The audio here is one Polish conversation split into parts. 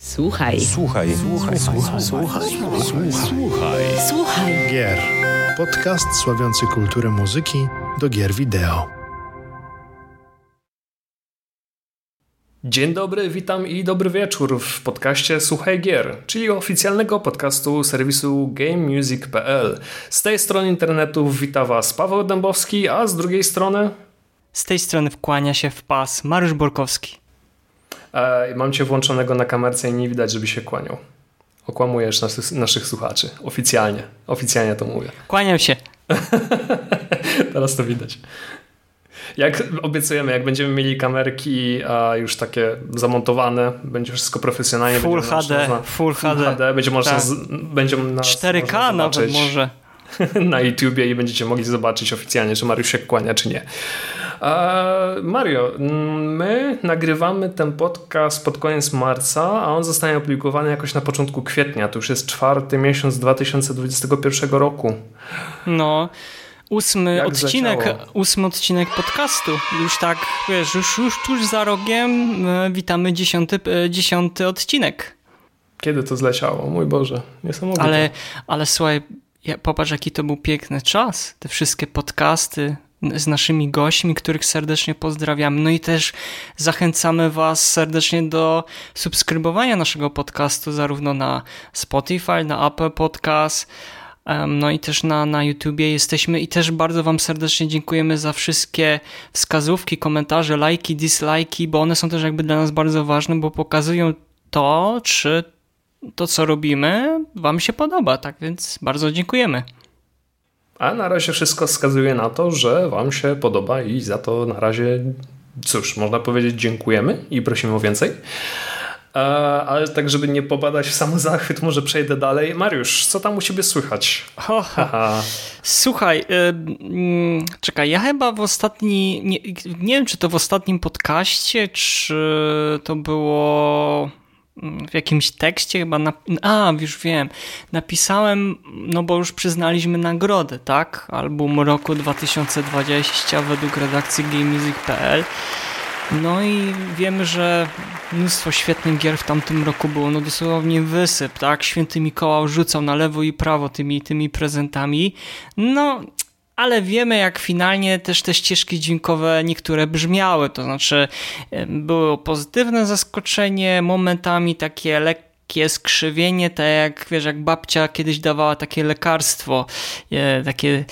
Słuchaj. Gier. Podcast sławiący kulturę muzyki do gier wideo. Dzień dobry, witam i dobry wieczór w podcaście Słuchaj Gier, czyli oficjalnego podcastu serwisu GameMusic.pl. Z tej strony internetu wita Was Paweł Dębowski, a z drugiej strony... Z tej strony wkłania się w pas Mariusz Borkowski. Mam Cię włączonego na kamerce i nie widać, żeby się kłaniał. Okłamujesz naszych słuchaczy. Oficjalnie to mówię. Kłaniam się. Teraz to widać. Jak obiecujemy, jak będziemy mieli kamerki już takie zamontowane, będzie wszystko profesjonalnie. Full HD. Będzie można, tak. Będzie nas 4K nawet może. Na YouTubie i będziecie mogli zobaczyć oficjalnie, czy Mariusz się kłania, czy nie. Mario, my nagrywamy ten podcast pod koniec marca, a on zostanie opublikowany jakoś na początku kwietnia. To już jest 4. miesiąc 2021 roku. No, ósmy odcinek podcastu. Już tak, wiesz, już tuż za rogiem witamy 10 odcinek. Kiedy to zleciało? Mój Boże, niesamowite. Ale słuchaj, popatrz, jaki to był piękny czas. Te wszystkie podcasty z naszymi gośćmi, których serdecznie pozdrawiamy. No i też zachęcamy Was serdecznie do subskrybowania naszego podcastu zarówno na Spotify, na Apple Podcast, no i też na YouTubie jesteśmy i też bardzo Wam serdecznie dziękujemy za wszystkie wskazówki, komentarze, lajki, dislajki, bo one są też jakby dla nas bardzo ważne, bo pokazują to, czy to, co robimy, Wam się podoba, tak więc bardzo dziękujemy. A na razie wszystko wskazuje na to, że Wam się podoba i za to na razie, cóż, można powiedzieć dziękujemy i prosimy o więcej. Ale tak, żeby nie popadać w samozachwyt, może przejdę dalej. Mariusz, co tam u Ciebie słychać? Słuchaj, czekaj, ja chyba nie wiem, czy to w ostatnim podcaście, czy to było... w jakimś tekście chyba, już wiem, napisałem, no bo już przyznaliśmy nagrodę, tak? Album roku 2020 według redakcji GameMusic.pl. No i wiemy, że mnóstwo świetnych gier w tamtym roku było, no dosłownie wysyp, tak? Święty Mikołaj rzucał na lewo i prawo tymi prezentami, no... Ale wiemy, jak finalnie też te ścieżki dźwiękowe niektóre brzmiały, to znaczy było pozytywne zaskoczenie, momentami takie lekkie skrzywienie, tak jak wiesz, jak babcia kiedyś dawała takie lekarstwo, takie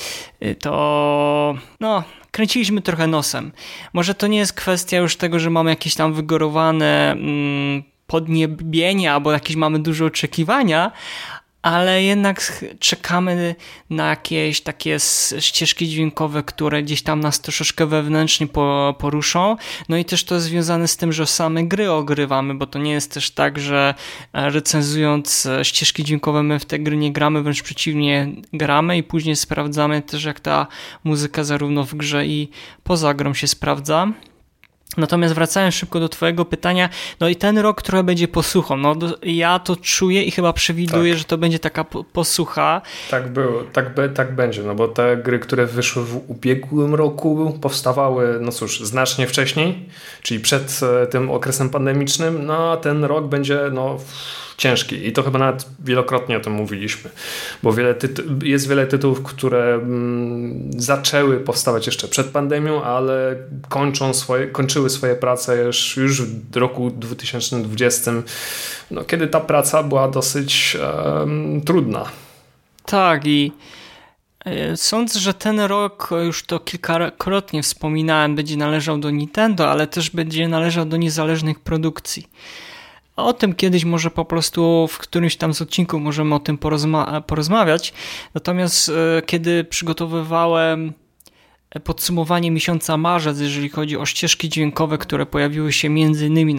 to no... Kręciliśmy trochę nosem. Może to nie jest kwestia już tego, że mamy jakieś tam wygórowane podniebienie albo jakieś mamy duże oczekiwania, ale jednak czekamy na jakieś takie ścieżki dźwiękowe, które gdzieś tam nas troszeczkę wewnętrznie poruszą. No i też to jest związane z tym, że same gry ogrywamy, bo to nie jest też tak, że recenzując ścieżki dźwiękowe my w te gry nie gramy, wręcz przeciwnie, gramy i później sprawdzamy też, jak ta muzyka zarówno w grze i poza grą się sprawdza. Natomiast wracając szybko do Twojego pytania, no i ten rok trochę będzie posłuchą. No ja to czuję i chyba przewiduję, że to będzie taka posłucha. Tak było, tak będzie, no bo te gry, które wyszły w ubiegłym roku powstawały, no cóż, znacznie wcześniej, czyli przed tym okresem pandemicznym, no a ten rok będzie, no... ciężki i to chyba nawet wielokrotnie o tym mówiliśmy, bo jest wiele tytułów, które zaczęły powstawać jeszcze przed pandemią, ale kończyły swoje prace już w roku 2020, no, kiedy ta praca była dosyć trudna. Tak i sądzę, że ten rok, już to kilkakrotnie wspominałem, będzie należał do Nintendo, ale też będzie należał do niezależnych produkcji. O tym kiedyś może po prostu w którymś tam z odcinków możemy o tym porozmawiać. Natomiast kiedy przygotowywałem podsumowanie miesiąca marzec, jeżeli chodzi o ścieżki dźwiękowe, które pojawiły się między innymi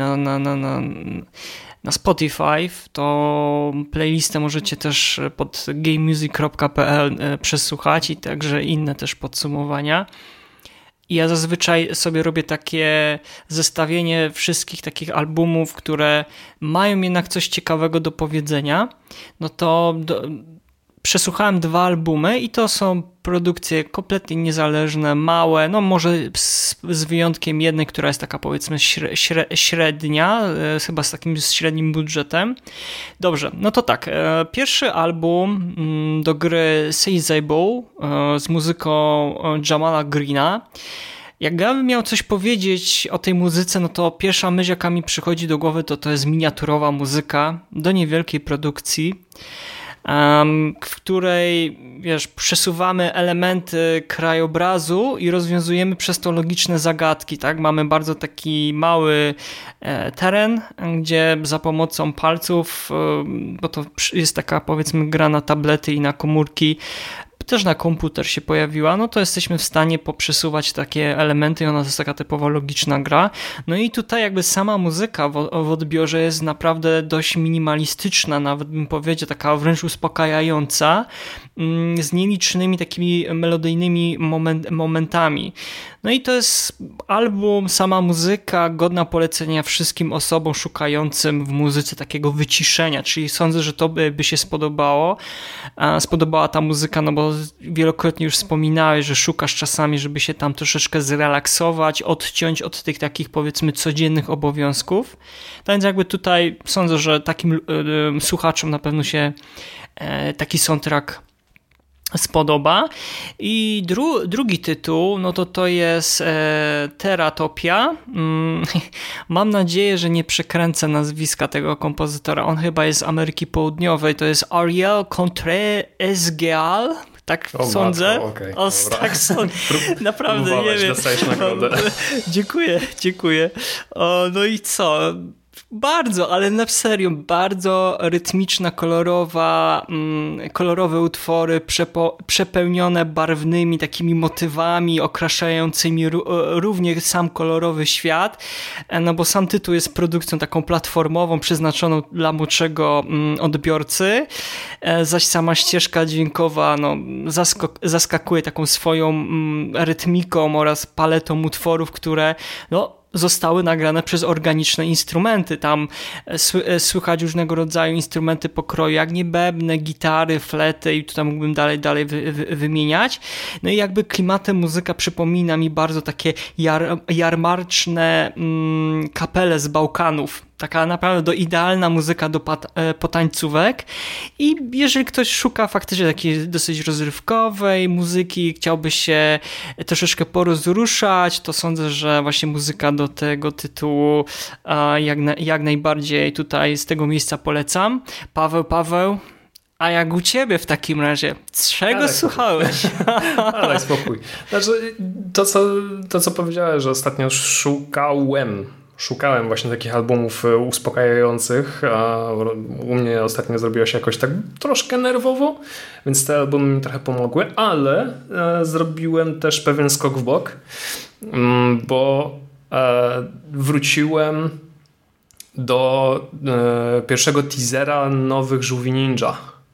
na Spotify, to playlistę możecie też pod gamemusic.pl przesłuchać i także inne też podsumowania. I ja zazwyczaj sobie robię takie zestawienie wszystkich takich albumów, które mają jednak coś ciekawego do powiedzenia. No to przesłuchałem 2 albumy i to są produkcje kompletnie niezależne, małe, no może z wyjątkiem jednej, która jest taka powiedzmy średnia, chyba z takim średnim budżetem. Dobrze, no to tak, pierwszy album do gry Sizable z muzyką Jamala Greena. Jak ja bym miał coś powiedzieć o tej muzyce, no to pierwsza myśl, jaka mi przychodzi do głowy, to jest miniaturowa muzyka do niewielkiej produkcji, w której, wiesz, przesuwamy elementy krajobrazu i rozwiązujemy przez to logiczne zagadki, tak? Mamy bardzo taki mały teren, gdzie za pomocą palców, bo to jest taka, powiedzmy, gra na tablety i na komórki, też na komputer się pojawiła, no to jesteśmy w stanie poprzesuwać takie elementy i ona to jest taka typowo logiczna gra. No i tutaj jakby sama muzyka w odbiorze jest naprawdę dość minimalistyczna, nawet bym powiedział taka wręcz uspokajająca, z nielicznymi takimi melodyjnymi momentami. No i to jest album, sama muzyka godna polecenia wszystkim osobom szukającym w muzyce takiego wyciszenia, czyli sądzę, że to by się spodobała ta muzyka, no bo wielokrotnie już wspominałeś, że szukasz czasami, żeby się tam troszeczkę zrelaksować, odciąć od tych takich, powiedzmy, codziennych obowiązków. Tak więc jakby tutaj sądzę, że takim słuchaczom na pewno się taki soundtrack spodoba. I drugi tytuł, no to jest Teratopia. Mam nadzieję, że nie przekręcę nazwiska tego kompozytora. On chyba jest z Ameryki Południowej. To jest Ariel Contreras-Geal. Tak sądzę. Matko, okay, tak sądzę. Naprawdę nie wiem. Dostajesz nagrodę. Dziękuję. No i co? Bardzo, ale na serio, bardzo rytmiczna, kolorowe utwory przepełnione barwnymi takimi motywami, okraszającymi również sam kolorowy świat, no bo sam tytuł jest produkcją taką platformową, przeznaczoną dla młodszego odbiorcy, zaś sama ścieżka dźwiękowa no, zaskakuje taką swoją rytmiką oraz paletą utworów, które no zostały nagrane przez organiczne instrumenty. Tam słychać różnego rodzaju instrumenty pokroju, jak nie bębny, gitary, flety i tutaj mógłbym dalej wymieniać. No i jakby klimatem muzyka przypomina mi bardzo takie jarmarczne kapele z Bałkanów. Taka naprawdę idealna muzyka do potańcówek i jeżeli ktoś szuka faktycznie takiej dosyć rozrywkowej muzyki, chciałby się troszeczkę porozruszać, to sądzę, że właśnie muzyka do tego tytułu jak najbardziej tutaj z tego miejsca polecam. Paweł, a jak u ciebie w takim razie? Czego słuchałeś? Ale spokój. Znaczy, to co powiedziałeś, że ostatnio szukałem właśnie takich albumów uspokajających, a u mnie ostatnio zrobiło się jakoś tak troszkę nerwowo, więc te albumy mi trochę pomogły, ale zrobiłem też pewien skok w bok, bo wróciłem do pierwszego teasera nowych Żółwi Ninja.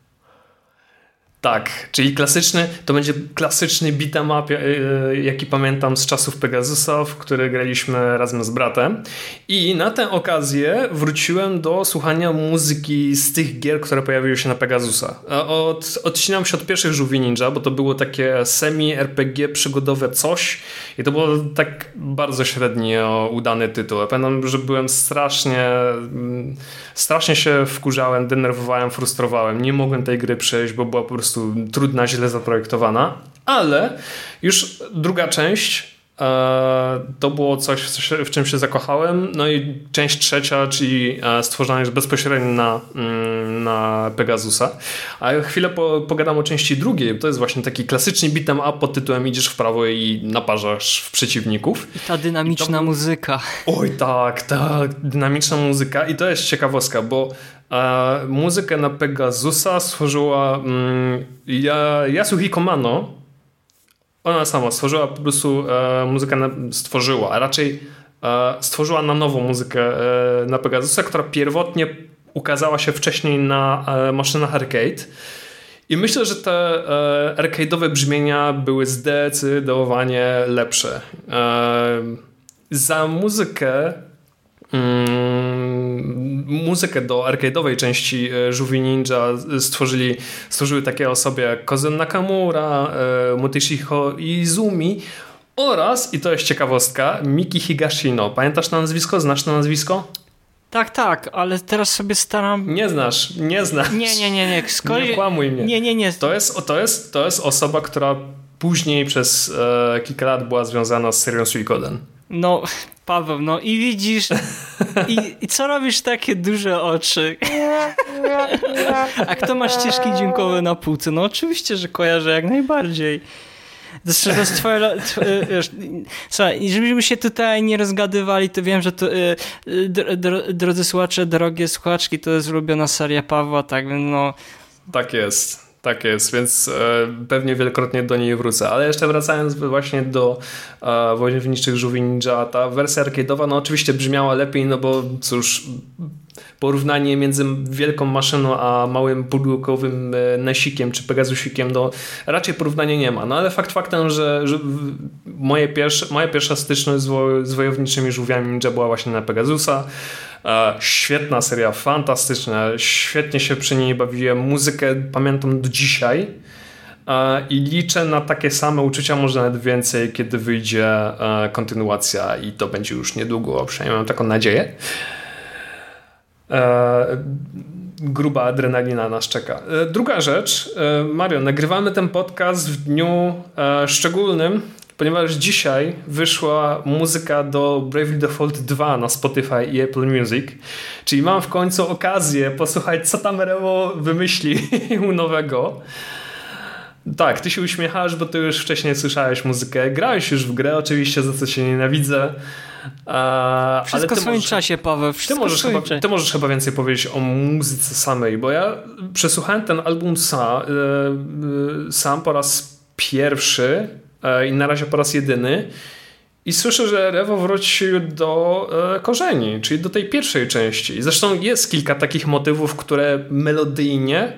Tak, czyli to będzie klasyczny beat'em up, jaki pamiętam z czasów Pegasusa, w który graliśmy razem z bratem. I na tę okazję wróciłem do słuchania muzyki z tych gier, które pojawiły się na Pegasusa. Odcinam się od pierwszych Żółwi Ninja, bo to było takie semi-RPG przygodowe coś i to było tak bardzo średnio udany tytuł. Ja pamiętam, że byłem strasznie się wkurzałem, denerwowałem, frustrowałem. Nie mogłem tej gry przejść, bo była po prostu trudna, źle zaprojektowana, ale już druga część to było coś, w czym się zakochałem. No i część trzecia, czyli stworzona już bezpośrednio na Pegasusa. A chwilę pogadam o części drugiej. To jest właśnie taki klasyczny beat'em up pod tytułem idziesz w prawo i naparzasz w przeciwników. I ta dynamiczna muzyka. Oj tak, ta dynamiczna muzyka. I to jest ciekawostka, bo muzykę na Pegasusa stworzyła Yasuhiko Mano. Ona sama stworzyła po prostu stworzyła na nowo muzykę na Pegasusa, która pierwotnie ukazała się wcześniej na maszynach arcade. I myślę, że te arcade'owe brzmienia były zdecydowanie lepsze. Za muzykę muzykę do arcade'owej części Żółwi Ninja stworzyły takie osoby jak Kozen Nakamura, Motoshiho Izumi oraz, i to jest ciekawostka, Miki Higashino. Pamiętasz to nazwisko? Znasz to nazwisko? Tak, ale teraz sobie staram... Nie znasz. Nie. Nie kłamuj mnie. Nie. To jest osoba, która później przez kilka lat była związana z serią Suikoden. No, Paweł, no i widzisz, i co robisz takie duże oczy? A kto ma ścieżki dźwiękowe na półce? No oczywiście, że kojarzę jak najbardziej. To jest twoje, wiesz, słuchaj, żebyśmy się tutaj nie rozgadywali, to wiem, że to drodzy słuchacze, drogie słuchaczki, to jest ulubiona seria Pawła, tak więc no... Tak jest, więc pewnie wielokrotnie do niej wrócę. Ale jeszcze wracając właśnie do Wojowniczych Żółwi Ninja, ta wersja arcade'owa no oczywiście brzmiała lepiej, no bo cóż, porównanie między wielką maszyną a małym pudełkowym Nesikiem czy Pegasusikiem, no raczej porównania nie ma. No ale fakt faktem, że moja pierwsza styczność z Wojowniczymi Żółwiami Ninja była właśnie na Pegasusa. Świetna seria, fantastyczna, świetnie się przy niej bawiłem, muzykę pamiętam do dzisiaj i liczę na takie same uczucia, może nawet więcej, kiedy wyjdzie kontynuacja i to będzie już niedługo, przynajmniej mam taką nadzieję. Gruba adrenalina nas czeka. Druga rzecz, Mario, nagrywamy ten podcast w dniu szczególnym, ponieważ dzisiaj wyszła muzyka do Bravely Default 2 na Spotify i Apple Music, czyli mam w końcu okazję posłuchać, co tam Rewo wymyślił nowego. Tak, ty się uśmiechasz, bo ty już wcześniej słyszałeś muzykę, grałeś już w grę, oczywiście, za co cię nienawidzę. Wszystko w swoim czasie, Paweł. Ty możesz chyba więcej powiedzieć o muzyce samej, bo ja przesłuchałem ten album sam po raz pierwszy i na razie po raz jedyny i słyszę, że Rewo wrócił do korzeni, czyli do tej pierwszej części. Zresztą jest kilka takich motywów, które melodyjnie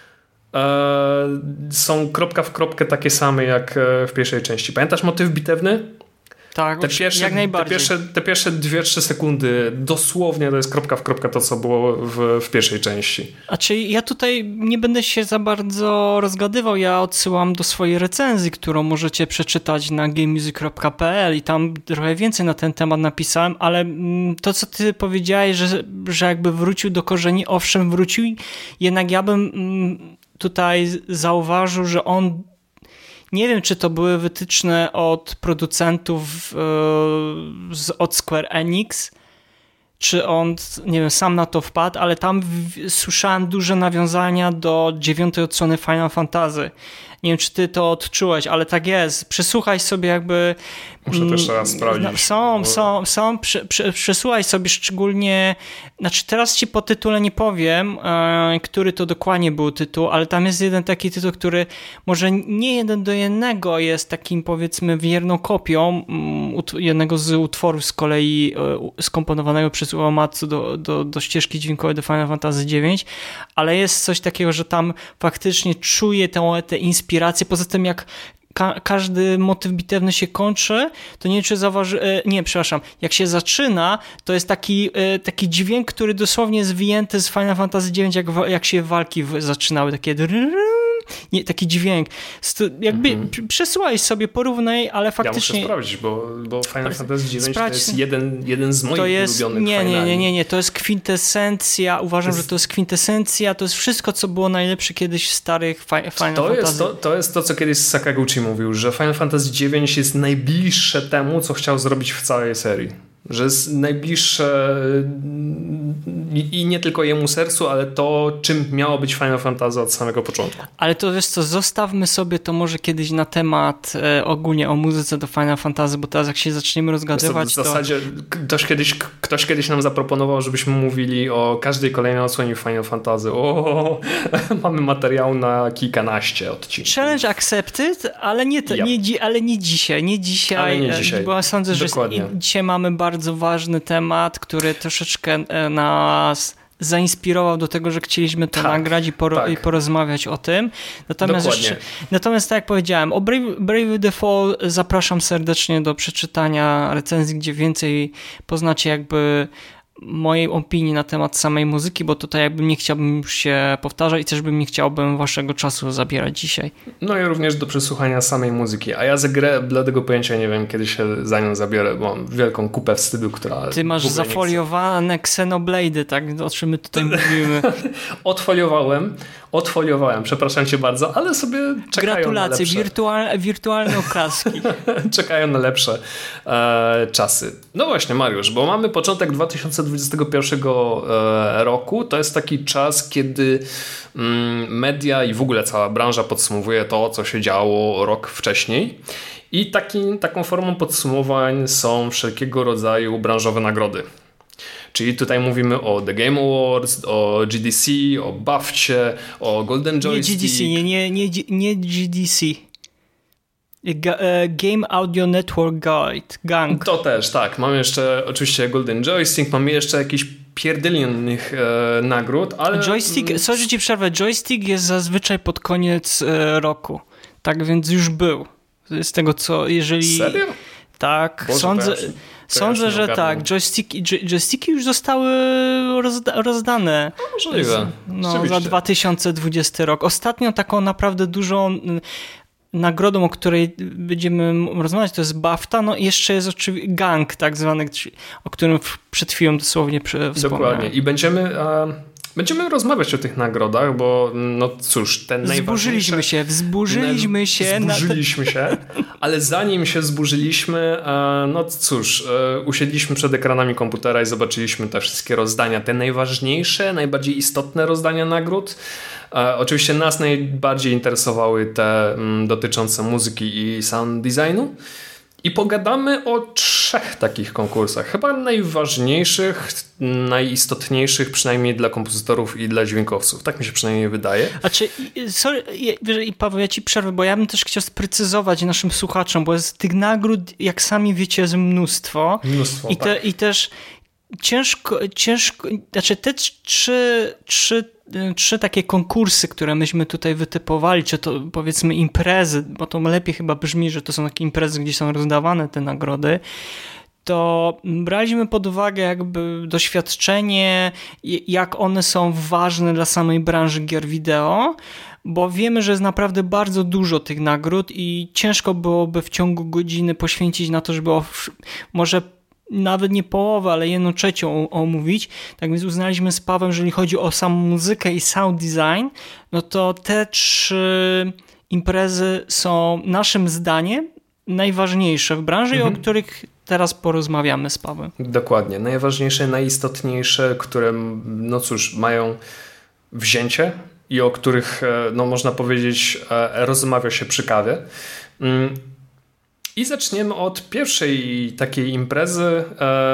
są kropka w kropkę takie same jak w pierwszej części. Pamiętasz motyw bitewny? Tak, jak najbardziej. Te pierwsze 2-3 sekundy dosłownie to jest kropka w kropkę to, co było w pierwszej części. A czyli ja tutaj nie będę się za bardzo rozgadywał, ja odsyłam do swojej recenzji, którą możecie przeczytać na gamemusic.pl i tam trochę więcej na ten temat napisałem, ale to, co ty powiedziałeś, że jakby wrócił do korzeni, owszem, wrócił, jednak ja bym tutaj zauważył, że on, nie wiem, czy to były wytyczne od producentów od Square Enix, czy on, nie wiem, sam na to wpadł, ale tam słyszałem duże nawiązania do 9. odsłony Final Fantasy. Nie wiem, czy ty to odczułeś, ale tak jest. Przesłuchaj sobie jakby... Muszę to jeszcze raz sprawdzić. Przesłuchaj sobie szczególnie... Znaczy teraz ci po tytule nie powiem, który to dokładnie był tytuł, ale tam jest jeden taki tytuł, który może nie 1:1 jest takim, powiedzmy, wierną kopią jednego z utworów z kolei skomponowanego przez Uematsu do ścieżki dźwiękowej do Final Fantasy IX, ale jest coś takiego, że tam faktycznie czuje tę inspirację. Poza tym jak każdy motyw bitewny się kończy, to nie wiem, czy jak się zaczyna, to jest taki dźwięk, który dosłownie jest wyjęty z Final Fantasy IX, jak się walki zaczynały, taki dźwięk. Jakby przesłuchaj sobie, porównaj, ale faktycznie... Ja muszę sprawdzić, bo Final Fantasy IX to jest jeden z moich ulubionych. Nie, to jest kwintesencja, uważam, że to jest kwintesencja, to jest wszystko, co było najlepsze kiedyś w starych Final Fantasy. To jest to, co kiedyś Sakaguchi mówił, że Final Fantasy IX jest najbliższe temu, co chciał zrobić w całej serii. Że jest najbliższe i nie tylko jemu sercu, ale to, czym miało być Final Fantasy od samego początku. Ale to wiesz co, zostawmy sobie to może kiedyś na temat ogólnie o muzyce do Final Fantasy, bo teraz jak się zaczniemy rozgadywać, w zasadzie ktoś kiedyś nam zaproponował, żebyśmy mówili o każdej kolejnej odsłonie Final Fantasy. Mamy materiał na kilkanaście odcinków. Challenge accepted, ale nie dzisiaj. Nie dzisiaj. Bo ja sądzę, że dzisiaj mamy bardzo ważny temat, który troszeczkę nas zainspirował do tego, że chcieliśmy to nagrać i porozmawiać o tym. Natomiast tak jak powiedziałem, o Bravely Default zapraszam serdecznie do przeczytania recenzji, gdzie więcej poznacie jakby mojej opinii na temat samej muzyki, bo tutaj jakby nie chciałbym się powtarzać i też bym nie chciałbym waszego czasu zabierać dzisiaj. No i również do przesłuchania samej muzyki. A ja za grę bladego pojęcia nie wiem, kiedy się za nią zabiorę, bo mam wielką kupę wstydu, która... Ty masz zafoliowane Xenoblade, tak? O czym my tutaj mówimy. Odfoliowałem, przepraszam cię bardzo, ale sobie czekają Gratulacje, na lepsze. wirtualne oklaski. Czekają na lepsze czasy. No właśnie, Mariusz, bo mamy początek 2021 roku. To jest taki czas, kiedy media i w ogóle cała branża podsumowuje to, co się działo rok wcześniej. I taką formą podsumowań są wszelkiego rodzaju branżowe nagrody. Czyli tutaj mówimy o The Game Awards, o GDC, o BAFcie, o Golden Joystick. Nie GDC. Game Audio Network Guide, GANG. To też, tak. Mamy jeszcze oczywiście Golden Joystick, mamy jeszcze jakiś pierdylion innych nagród, ale... Joystick, sorry, że ci przerwę, joystick jest zazwyczaj pod koniec roku. Tak więc już był. Z tego co, jeżeli... Serio? Tak, Boże, sądzę, że tak. Joysticki już zostały rozdane. No, możliwe. Za 2020 rok. Ostatnio taką naprawdę dużą nagrodą, o której będziemy rozmawiać, to jest BAFTA. No i jeszcze jest oczywiście GANG, tak zwany, o którym przed chwilą dosłownie wspomniałem. Dokładnie. I będziemy rozmawiać o tych nagrodach, bo no cóż, ten najważniejszy... Wzburzyliśmy się, ale zanim się wzburzyliśmy, no cóż, usiedliśmy przed ekranami komputera i zobaczyliśmy te wszystkie rozdania, te najważniejsze, najbardziej istotne rozdania nagród. Oczywiście nas najbardziej interesowały te dotyczące muzyki i sound designu. I pogadamy o 3 takich konkursach. Chyba najważniejszych, najistotniejszych, przynajmniej dla kompozytorów i dla dźwiękowców. Tak mi się przynajmniej wydaje. Sorry, Paweł, ja ci przerwę, bo ja bym też chciał sprecyzować naszym słuchaczom, bo jest tych nagród, jak sami wiecie, jest mnóstwo. Tak. I też ciężko, znaczy te trzy takie konkursy, które myśmy tutaj wytypowali, czy to powiedzmy imprezy, bo to lepiej chyba brzmi, że to są takie imprezy, gdzie są rozdawane te nagrody, to braliśmy pod uwagę jakby doświadczenie, jak one są ważne dla samej branży gier wideo, bo wiemy, że jest naprawdę bardzo dużo tych nagród i ciężko byłoby w ciągu godziny poświęcić na to, żeby może nawet nie połowę, ale 1/3 omówić. Tak więc uznaliśmy z Pawłem, jeżeli chodzi o samą muzykę i sound design, no to te 3 imprezy są naszym zdaniem najważniejsze w branży i o których teraz porozmawiamy z Pawłem. Dokładnie. Najważniejsze, najistotniejsze, które no cóż, mają wzięcie i o których no można powiedzieć rozmawia się przy kawie. I zaczniemy od pierwszej takiej imprezy.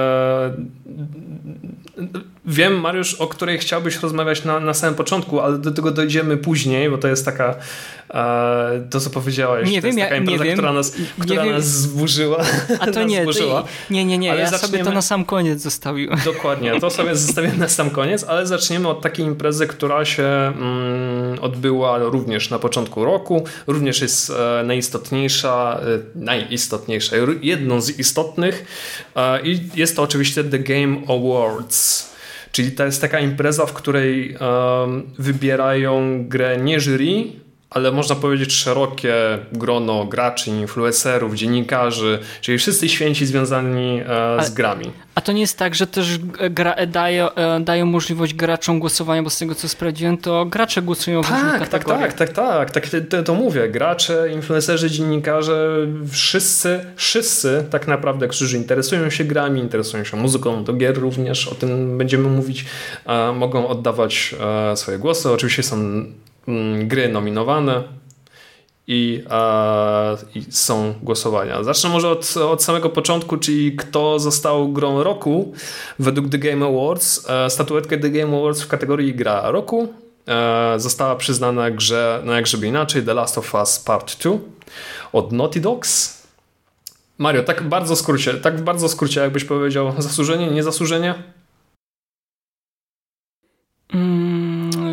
Wiem, Mariusz, o której chciałbyś rozmawiać na samym początku, ale do tego dojdziemy później, bo to jest taka, to co powiedziałeś, nie to wiem, jest taka impreza, która nas zburzyła. A to nie, nie, ale ja sobie to na sam koniec zostawiłem. Dokładnie, to sobie zostawiłem na sam koniec, ale zaczniemy od takiej imprezy, która się odbyła również na początku roku, również jest najistotniejsza, jedną z istotnych i jest to oczywiście The Game Awards. Czyli to jest taka impreza, w której wybierają grę nie jury, ale można powiedzieć szerokie grono graczy, influencerów, dziennikarzy, czyli wszyscy święci związani z grami. A to nie jest tak, że też dają możliwość graczom głosowania, bo z tego co sprawdziłem, to gracze głosują w różnych kategoriach. Tak, to mówię. Gracze, influencerzy, dziennikarze, wszyscy tak naprawdę, którzy interesują się grami, interesują się muzyką do gier również, o tym będziemy mówić, mogą oddawać swoje głosy. Oczywiście są gry nominowane i są głosowania. Zacznę może od samego początku, czyli kto został grą roku według The Game Awards. Statuetkę The Game Awards w kategorii gra roku została przyznana grze, no jak żeby inaczej, The Last of Us Part 2 od Naughty Dogs. Mario, tak w bardzo skrócie, jakbyś powiedział, zasłużenie, niezasłużenie?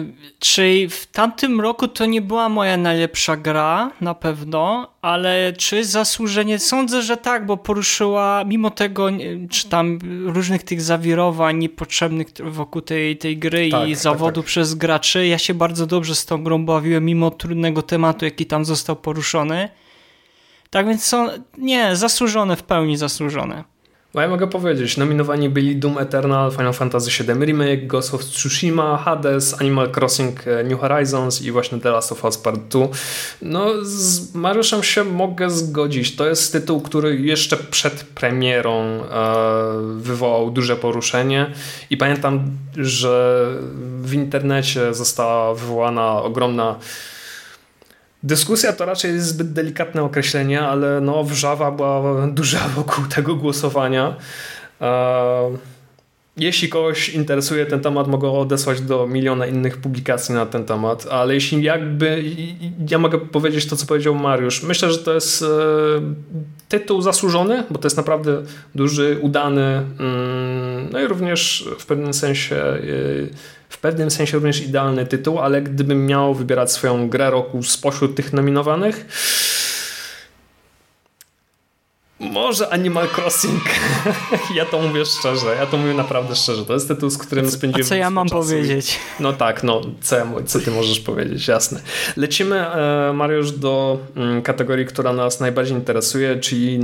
Czyli w tamtym roku to nie była moja najlepsza gra, na pewno, ale czy zasłużenie? Sądzę, że tak, bo poruszyła, mimo tego, czy tam różnych tych zawirowań niepotrzebnych wokół tej gry i zawodu przez graczy, ja się bardzo dobrze z tą grą bawiłem, mimo trudnego tematu, jaki tam został poruszony. Tak więc są, zasłużone, w pełni zasłużone. No ja mogę powiedzieć, nominowani byli Doom Eternal, Final Fantasy VII Remake, Ghost of Tsushima, Hades, Animal Crossing New Horizons i właśnie The Last of Us Part 2. No z Mariuszem się mogę zgodzić. To jest tytuł, który jeszcze przed premierą wywołał duże poruszenie i pamiętam, że w internecie została wywołana ogromna dyskusja, to raczej jest zbyt delikatne określenie, ale no wrzawa była duża wokół tego głosowania. Jeśli kogoś interesuje ten temat, mogę odesłać do miliona innych publikacji na ten temat, ale jeśli ja mogę powiedzieć to, co powiedział Mariusz. Myślę, że to jest tytuł zasłużony, bo to jest naprawdę duży, udany, no i również w pewnym sensie również idealny tytuł, ale gdybym miał wybierać swoją grę roku spośród tych nominowanych, może Animal Crossing. Ja to mówię szczerze, ja to mówię naprawdę szczerze. To jest tytuł, z którym spędziłem. A co ja mam powiedzieć? No tak, co ty możesz powiedzieć, jasne. Lecimy, Mariusz, do kategorii, która nas najbardziej interesuje, czyli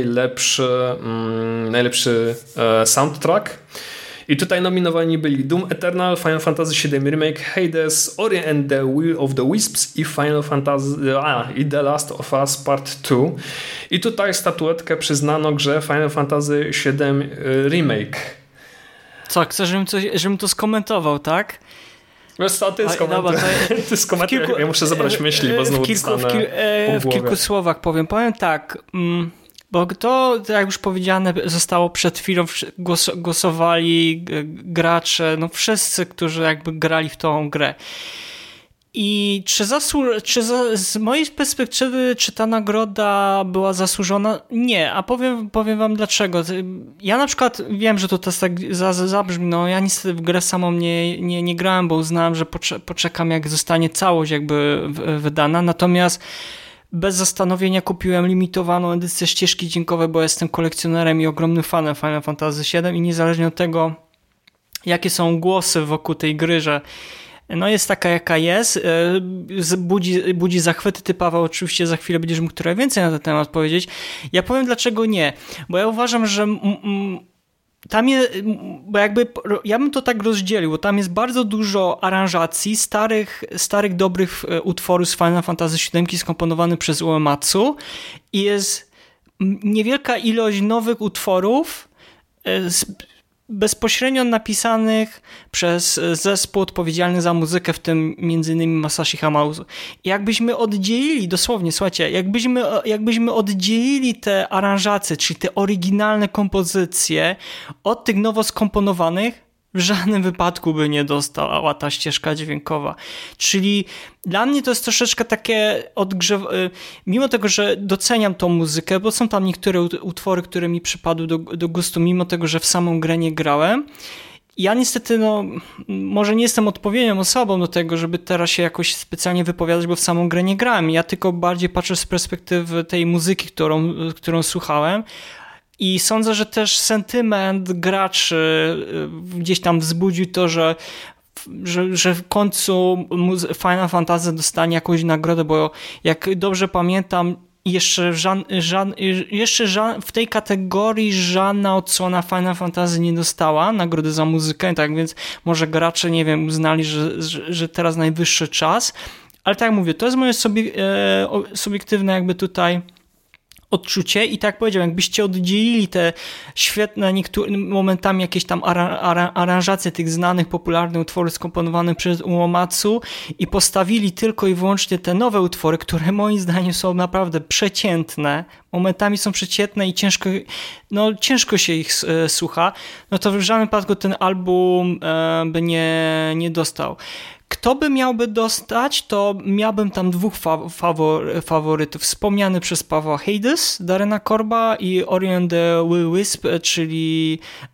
najlepszy soundtrack. I tutaj nominowani byli Doom Eternal, Final Fantasy VII Remake, Hades, Ori and the Will of the Wisps i i The Last of Us Part 2. I tutaj statuetkę przyznano grze Final Fantasy VII Remake. Co, chcesz, żebym to skomentował, tak? Wiesz co, ty skomentuj. Ja muszę zebrać myśli, bo znowu w kilku słowach powiem tak... Bo to, jak już powiedziane, zostało przed chwilą, głosowali gracze, no wszyscy, którzy jakby grali w tą grę. I z mojej perspektywy, czy ta nagroda była zasłużona? Nie, a powiem wam dlaczego. Ja na przykład wiem, że to tak zabrzmi, no ja niestety w grę samą nie grałem, bo uznałem, że poczekam, jak zostanie całość jakby wydana, natomiast bez zastanowienia kupiłem limitowaną edycję ścieżki dźwiękowej, bo jestem kolekcjonerem i ogromnym fanem Final Fantasy VII i niezależnie od tego, jakie są głosy wokół tej gry, że no jest taka, jaka jest, budzi zachwyty. Ty, Paweł, oczywiście za chwilę będziesz mógł trochę więcej na ten temat powiedzieć. Ja powiem, dlaczego nie, bo ja uważam, że bo jakby ja bym to tak rozdzielił, bo tam jest bardzo dużo aranżacji starych dobrych utworów z Final Fantasy VII skomponowanych przez Uematsu i jest niewielka ilość nowych utworów bezpośrednio napisanych przez zespół odpowiedzialny za muzykę, w tym m.in. Masashi Hamauzu. Jakbyśmy oddzielili, dosłownie, słuchajcie, jakbyśmy oddzielili te aranżacje, czyli te oryginalne kompozycje od tych nowo skomponowanych, w żadnym wypadku by nie dostała ta ścieżka dźwiękowa. Czyli dla mnie to jest troszeczkę takie mimo tego, że doceniam tą muzykę, bo są tam niektóre utwory, które mi przypadły do gustu, mimo tego, że w samą grę nie grałem. Ja niestety, może nie jestem odpowiednią osobą do tego, żeby teraz się jakoś specjalnie wypowiadać, bo w samą grę nie grałem. Ja tylko bardziej patrzę z perspektywy tej muzyki, którą słuchałem. I sądzę, że też sentyment graczy gdzieś tam wzbudził to, że w końcu Final Fantasy dostanie jakąś nagrodę, bo jak dobrze pamiętam, jeszcze w tej kategorii żadna odsłona Final Fantasy nie dostała nagrody za muzykę, tak więc może gracze, nie wiem, uznali, że teraz najwyższy czas, ale tak jak mówię, to jest moje subiektywne jakby tutaj odczucie i tak jak powiedziałem, jakbyście oddzielili te świetne momentami jakieś tam aranżacje tych znanych, popularnych utworów skomponowanych przez Uematsu i postawili tylko i wyłącznie te nowe utwory, które moim zdaniem są naprawdę przeciętne, momentami są przeciętne i ciężko się ich słucha, no to w żadnym wypadku ten album by nie dostał. kto by miałby dostać, to miałbym tam dwóch faworytów. Wspomniany przez Pawła Hades, Darrena Korba i Ori and the Will Wisp, czyli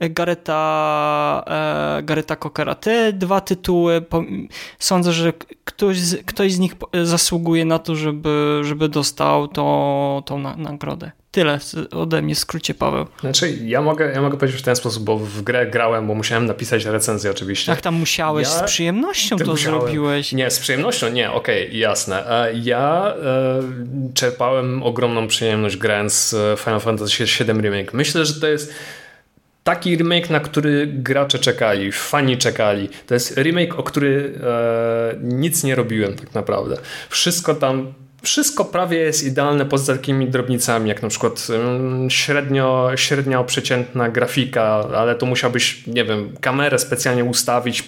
Gareta Cockera. Te dwa tytuły, sądzę, że ktoś z nich zasługuje na to, żeby dostał tą nagrodę. Tyle ode mnie w skrócie, Paweł. Znaczy, ja mogę powiedzieć w ten sposób, bo w grę grałem, bo musiałem napisać recenzję oczywiście. Jak tam musiałeś? Z przyjemnością to zrobiłeś. Nie, z przyjemnością nie, okej, jasne. Ja czerpałem ogromną przyjemność grając Final Fantasy VII Remake. Myślę, że to jest taki remake, na który gracze czekali, fani czekali. To jest remake, o który nic nie robiłem tak naprawdę. Wszystko prawie jest idealne poza takimi drobnicami, jak na przykład średnio przeciętna grafika, ale to musiałbyś, nie wiem, kamerę specjalnie ustawić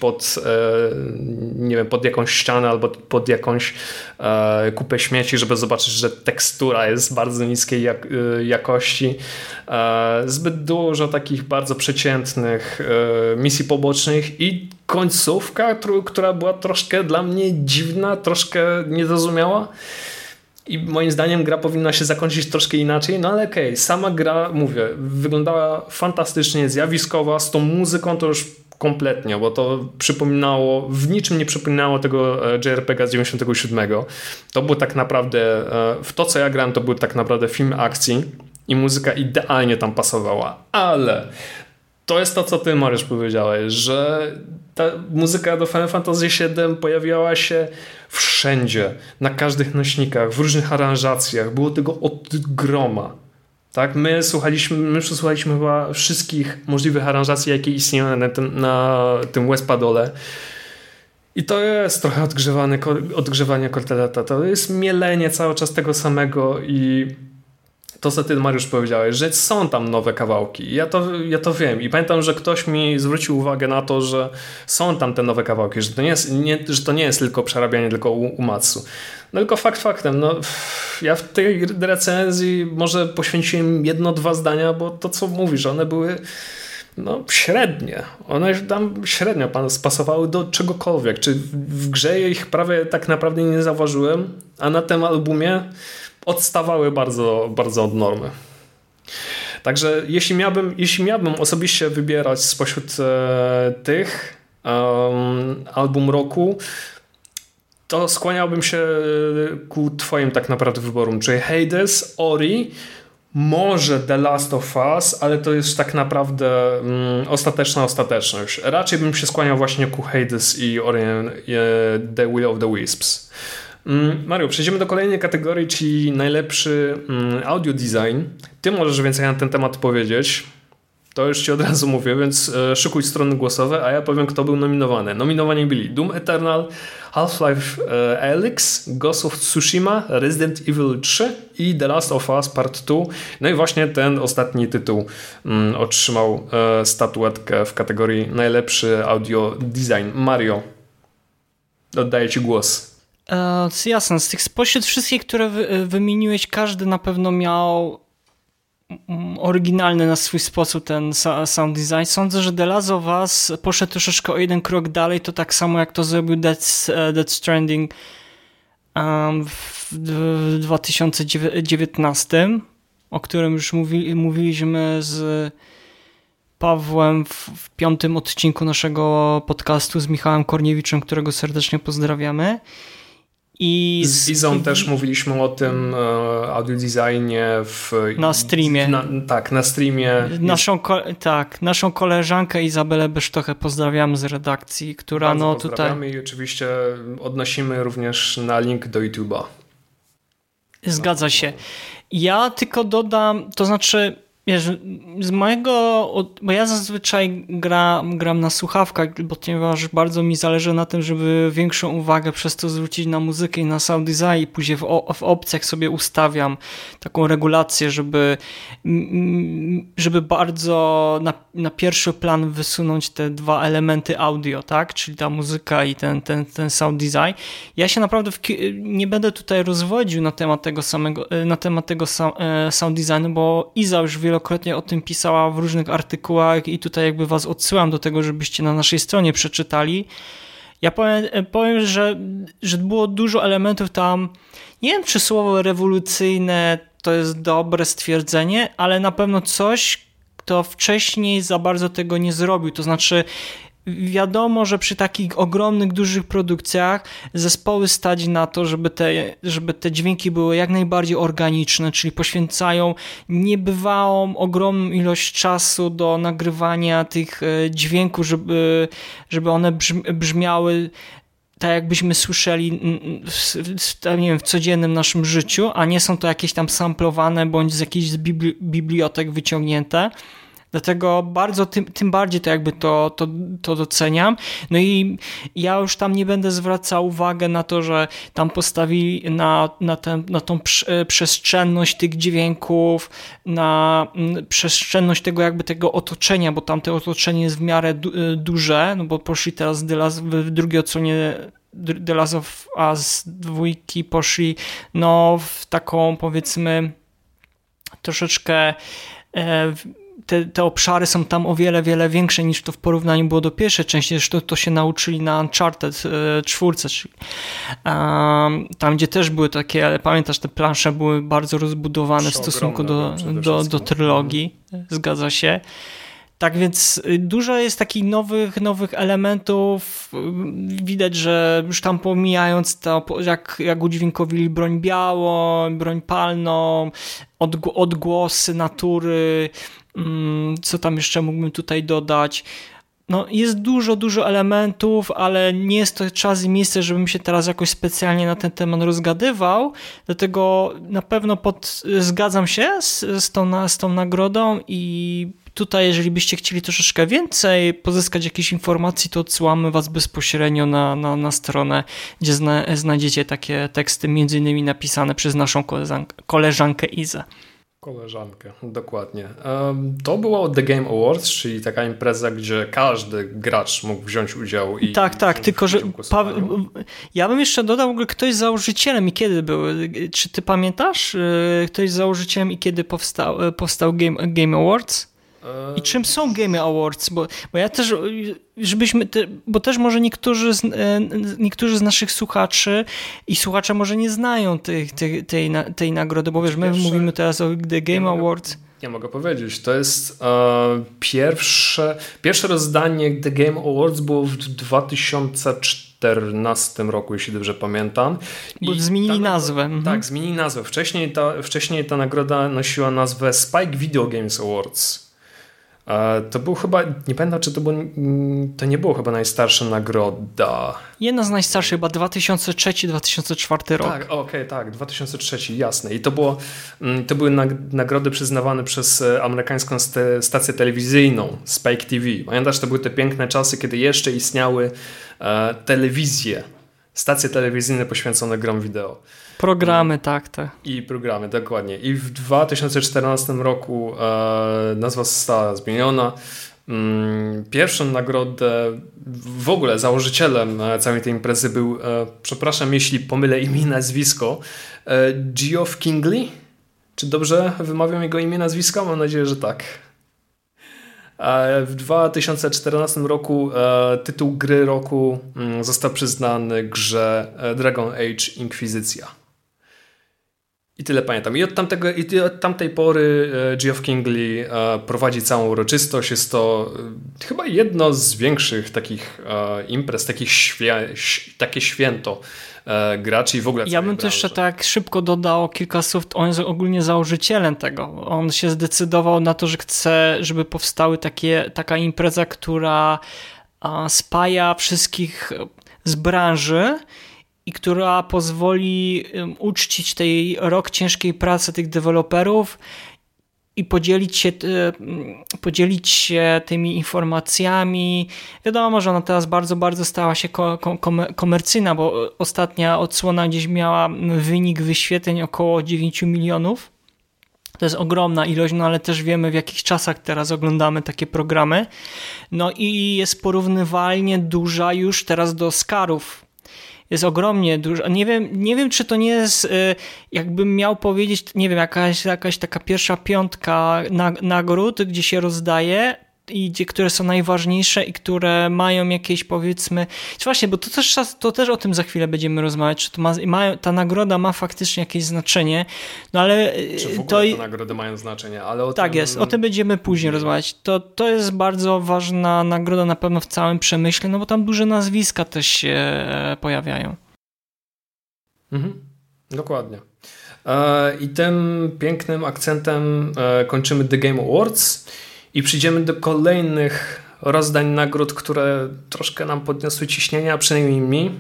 pod jakąś ścianę albo pod jakąś kupę śmieci, żeby zobaczyć, że tekstura jest bardzo niskiej jakości. Zbyt dużo takich bardzo przeciętnych misji pobocznych i końcówka, która była troszkę dla mnie dziwna, troszkę niezrozumiała. I moim zdaniem gra powinna się zakończyć troszkę inaczej, no ale okej, sama gra, mówię, wyglądała fantastycznie, zjawiskowa, z tą muzyką to już kompletnie, bo to w niczym nie przypominało tego JRPG z 97. To był tak naprawdę, w to co ja grałem, to był tak naprawdę film akcji i muzyka idealnie tam pasowała, ale to jest to, co ty, Mariusz, powiedziałeś, że ta muzyka do Final Fantasy VII pojawiała się wszędzie, na każdych nośnikach, w różnych aranżacjach. Było tego od groma. Tak? My przesłuchaliśmy chyba wszystkich możliwych aranżacji, jakie istnieją na tym Westpadole. I to jest trochę odgrzewanie korteleta. To jest mielenie cały czas tego samego i to, co ty, Mariusz, powiedziałeś, że są tam nowe kawałki. Ja to wiem. I pamiętam, że ktoś mi zwrócił uwagę na to, że są tam te nowe kawałki, że to nie jest tylko przerabianie tylko Uematsu. No tylko faktem, no ja w tej recenzji może poświęciłem 1-2 zdania, bo to, co mówisz, one były średnie. One tam średnio spasowały do czegokolwiek. Czy w grze ich prawie tak naprawdę nie zauważyłem, a na tym albumie odstawały bardzo, bardzo od normy. Także jeśli miałbym osobiście wybierać spośród tych album roku, to skłaniałbym się ku twoim tak naprawdę wyborom, czyli Hades, Ori, może The Last of Us, ale to jest tak naprawdę ostateczna ostateczność. Raczej bym się skłaniał właśnie ku Hades i Ori The Will of the Wisps. Mario, przejdziemy do kolejnej kategorii, czyli najlepszy audio design. Ty możesz więcej na ten temat powiedzieć. To już ci od razu mówię, więc szykuj strony głosowe, a ja powiem, kto był nominowany. Nominowani byli Doom Eternal, Half-Life Alyx, Ghost of Tsushima, Resident Evil 3 i The Last of Us Part 2. No i właśnie ten ostatni tytuł otrzymał statuetkę w kategorii najlepszy audio design. Mario, oddaję ci głos. Jasne, spośród wszystkich, które wymieniłeś, każdy na pewno miał oryginalny na swój sposób ten sound design. Sądzę, że The Last of Us poszedł troszeczkę o jeden krok dalej, to tak samo jak to zrobił Death Stranding w 2019, o którym już mówiliśmy z Pawłem w 5. odcinku naszego podcastu z Michałem Korniewiczem, którego serdecznie pozdrawiamy. I z Izą też mówiliśmy o tym audiodesignie na streamie. Na streamie. Naszą koleżankę Izabelę Besztochę pozdrawiamy z redakcji, która bardzo pozdrawiamy tutaj... i oczywiście odnosimy również na link do YouTube'a. Zgadza się. Ja tylko dodam, to znaczy wiesz, bo ja zazwyczaj gram na słuchawkach, ponieważ bardzo mi zależy na tym, żeby większą uwagę przez to zwrócić na muzykę i na sound design i później w opcjach sobie ustawiam taką regulację, żeby bardzo na pierwszy plan wysunąć te dwa elementy audio, tak? Czyli ta muzyka i ten sound design. Ja się naprawdę nie będę tutaj rozwodził na temat tego sound designu, bo Iza już wielokrotnie o tym pisała w różnych artykułach i tutaj jakby was odsyłam do tego, żebyście na naszej stronie przeczytali. Ja powiem, że było dużo elementów tam, nie wiem czy słowo rewolucyjne to jest dobre stwierdzenie, ale na pewno coś, kto wcześniej za bardzo tego nie zrobił. To znaczy wiadomo, że przy takich ogromnych, dużych produkcjach zespoły stać na to, żeby te dźwięki były jak najbardziej organiczne, czyli poświęcają niebywałą, ogromną ilość czasu do nagrywania tych dźwięków, żeby one brzmiały tak jakbyśmy słyszeli nie wiem, w codziennym naszym życiu, a nie są to jakieś tam samplowane bądź z jakichś bibliotek wyciągnięte. Dlatego bardzo tym bardziej to jakby to doceniam. No i ja już tam nie będę zwracał uwagi na to, że tam postawili na tą przestrzenność tych dźwięków, na przestrzenność tego otoczenia, bo tam to otoczenie jest w miarę duże, no bo poszli teraz w drugiej odsłonie The Last of Us 2 poszli no w taką powiedzmy troszeczkę te obszary są tam o wiele, wiele większe niż to w porównaniu było do pierwszej części. Zresztą to się nauczyli na Uncharted 4, czyli tam, gdzie też były takie, ale pamiętasz, te plansze były bardzo rozbudowane w stosunku do trylogii. Zgadza się. Tak więc dużo jest takich nowych elementów. Widać, że już tam pomijając to, jak udźwiękowili broń białą, broń palną, odgłosy natury, co tam jeszcze mógłbym tutaj dodać. No, jest dużo elementów, ale nie jest to czas i miejsce, żebym się teraz jakoś specjalnie na ten temat rozgadywał, dlatego na pewno zgadzam się z tą nagrodą i tutaj, jeżeli byście chcieli troszeczkę więcej pozyskać jakichś informacji, to odsyłamy was bezpośrednio na stronę, gdzie znajdziecie takie teksty, między innymi napisane przez naszą koleżankę Izę. Koleżankę, dokładnie. To było The Game Awards, czyli taka impreza, gdzie każdy gracz mógł wziąć udział. Tak, tylko że ja bym jeszcze dodał w ogóle, ktoś z założycielem i kiedy były. Czy ty pamiętasz? Ktoś z założycielem i kiedy powstał Game Awards? I czym są Game Awards? Bo ja też, bo też może niektórzy z naszych słuchaczy i słuchacze może nie znają tej nagrody, bo wiesz, my mówimy teraz o The Game Awards. Ja mogę powiedzieć, to jest pierwsze rozdanie The Game Awards było w 2014 roku, jeśli dobrze pamiętam. Bo zmienili nazwę. Tak, zmienili nazwę. Wcześniej ta nagroda nosiła nazwę Spike Video Games Awards. To był chyba, nie pamiętam, czy to nie było chyba najstarsza nagroda. Jedna z najstarszych, chyba 2003-2004 rok. Tak, tak, 2003, jasne. I to były nagrody przyznawane przez amerykańską stację telewizyjną Spike TV. Pamiętasz, to były te piękne czasy, kiedy jeszcze istniały telewizje, stacje telewizyjne poświęcone grom wideo. Programy, tak. I programy, dokładnie. I w 2014 roku nazwa została zmieniona. Pierwszą nagrodę, w ogóle założycielem całej tej imprezy był, przepraszam jeśli pomylę imię i nazwisko, Geoff Keighley. Czy dobrze wymawiam jego imię i nazwisko? Mam nadzieję, że tak. W 2014 roku tytuł gry roku został przyznany grze Dragon Age Inkwizycja. I tyle pamiętam. I od tamtej pory Geoff Keighley prowadzi całą uroczystość. Jest to chyba jedno z większych takich imprez, takie święto graczy i w ogóle. Ja bym to jeszcze tak szybko dodał kilka słów. On jest ogólnie założycielem tego. On się zdecydował na to, że chce, żeby powstały taka impreza, która spaja wszystkich z branży i która pozwoli uczcić tej rok ciężkiej pracy tych deweloperów i podzielić się tymi informacjami. Wiadomo, że ona teraz bardzo, bardzo stała się komercyjna, bo ostatnia odsłona gdzieś miała wynik wyświetleń około 9 milionów. To jest ogromna ilość, no ale też wiemy, w jakich czasach teraz oglądamy takie programy. No i jest porównywalnie duża już teraz do Oscarów. Jest ogromnie dużo. Nie wiem, czy to nie jest, jakbym miał powiedzieć, nie wiem, jakaś taka pierwsza piątka nagród, gdzie się rozdaje, które są najważniejsze i które mają jakieś, powiedzmy, właśnie, bo to też o tym za chwilę będziemy rozmawiać, czy ta nagroda ma faktycznie jakieś znaczenie, no ale czy w ogóle te nagrody mają znaczenie, ale tak jest, o tym będziemy później rozmawiać. To jest bardzo ważna nagroda na pewno w całym przemyśle, no bo tam duże nazwiska też się pojawiają. Dokładnie. I tym pięknym akcentem kończymy The Game Awards i przyjdziemy do kolejnych rozdań nagród, które troszkę nam podniosły ciśnienia, a przynajmniej mi.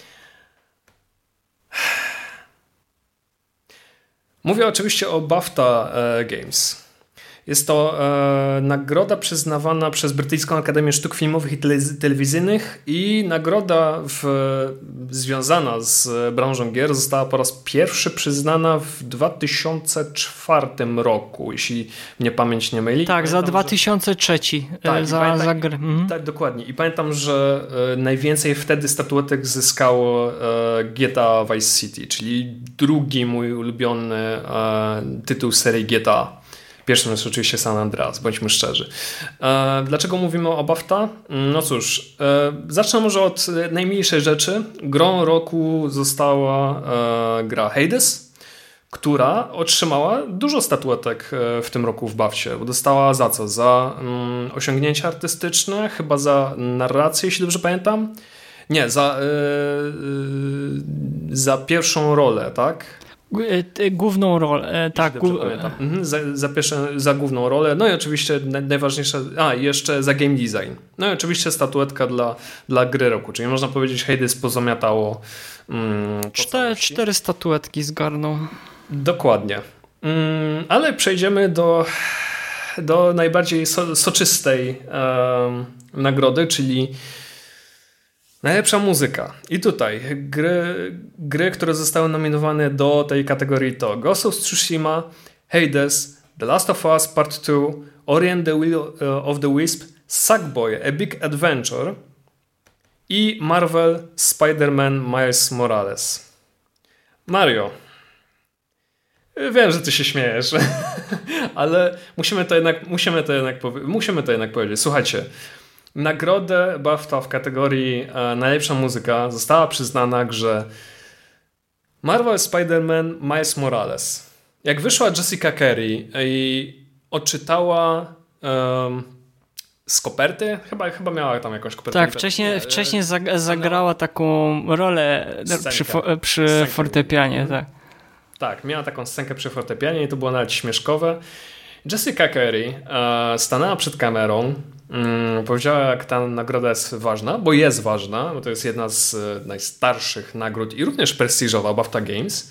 Mówię oczywiście o BAFTA Games. Jest to nagroda przyznawana przez Brytyjską Akademię Sztuk Filmowych i Telewizyjnych i nagroda związana z branżą gier została po raz pierwszy przyznana w 2004 roku, jeśli mnie pamięć nie myli. Tak, za 2003 za grę. Tak, dokładnie. I pamiętam, że najwięcej wtedy statuetek zyskało GTA Vice City, czyli drugi mój ulubiony tytuł serii GTA. Pierwszym jest oczywiście San Andreas, bądźmy szczerzy. Dlaczego mówimy o BAFTA? No cóż, zacznę może od najmniejszej rzeczy. Grą roku została gra Hades, która otrzymała dużo statuetek w tym roku w BAFcie. Bo dostała za co? Za osiągnięcia artystyczne, chyba za narrację, jeśli dobrze pamiętam. Nie, za pierwszą rolę, tak? Główną rolę, tak. Za główną rolę. No i oczywiście najważniejsze, jeszcze za game design. No i oczywiście statuetka dla gry roku, czyli można powiedzieć Hades pozamiatało. 4 statuetki zgarnął. Dokładnie. Ale przejdziemy do najbardziej soczystej nagrody, czyli najlepsza muzyka. I tutaj gry, które zostały nominowane do tej kategorii to Ghost of Tsushima, Hades, The Last of Us Part 2, Ori and the Will of the Wisp, Sackboy: A Big Adventure i Marvel Spider-Man Miles Morales. Mario, wiem, że ty się śmiejesz, ale musimy to jednak powiedzieć. Słuchajcie, nagrodę BAFTA w kategorii najlepsza muzyka została przyznana grze Marvel Spider-Man Miles Morales. Jak wyszła Jessica Carey i odczytała z koperty, chyba miała tam jakąś kopertę. Tak, wcześniej zagrała taką rolę przy fortepianie. Tak, miała taką scenkę przy fortepianie i to było nawet śmieszkowe. Jessica Carey stanęła przed kamerą, powiedziała, jak ta nagroda jest ważna, bo jest ważna, bo to jest jedna z najstarszych nagród i również prestiżowa BAFTA Games.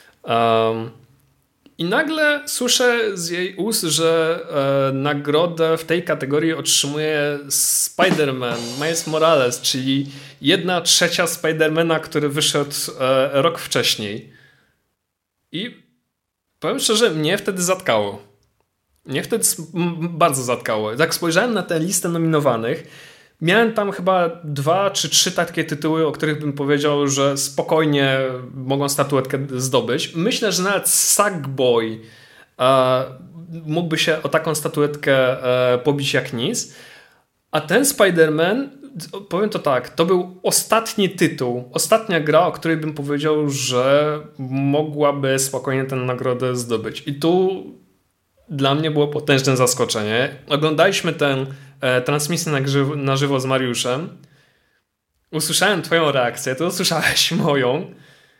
I nagle słyszę z jej ust, że nagrodę w tej kategorii otrzymuje Spider-Man Miles Morales, czyli 1/3 Spider-Mana, który wyszedł rok wcześniej. I powiem szczerze, mnie wtedy zatkało. Mnie wtedy bardzo zatkało. Jak spojrzałem na tę listę nominowanych, miałem tam chyba 2 czy 3 takie tytuły, o których bym powiedział, że spokojnie mogą statuetkę zdobyć. Myślę, że nawet Sackboy mógłby się o taką statuetkę pobić jak nic. A ten Spider-Man, powiem to tak, to był ostatni tytuł, ostatnia gra, o której bym powiedział, że mogłaby spokojnie tę nagrodę zdobyć. I tu dla mnie było potężne zaskoczenie. Oglądaliśmy tę transmisję na żywo z Mariuszem. Usłyszałem twoją reakcję, ty usłyszałeś moją.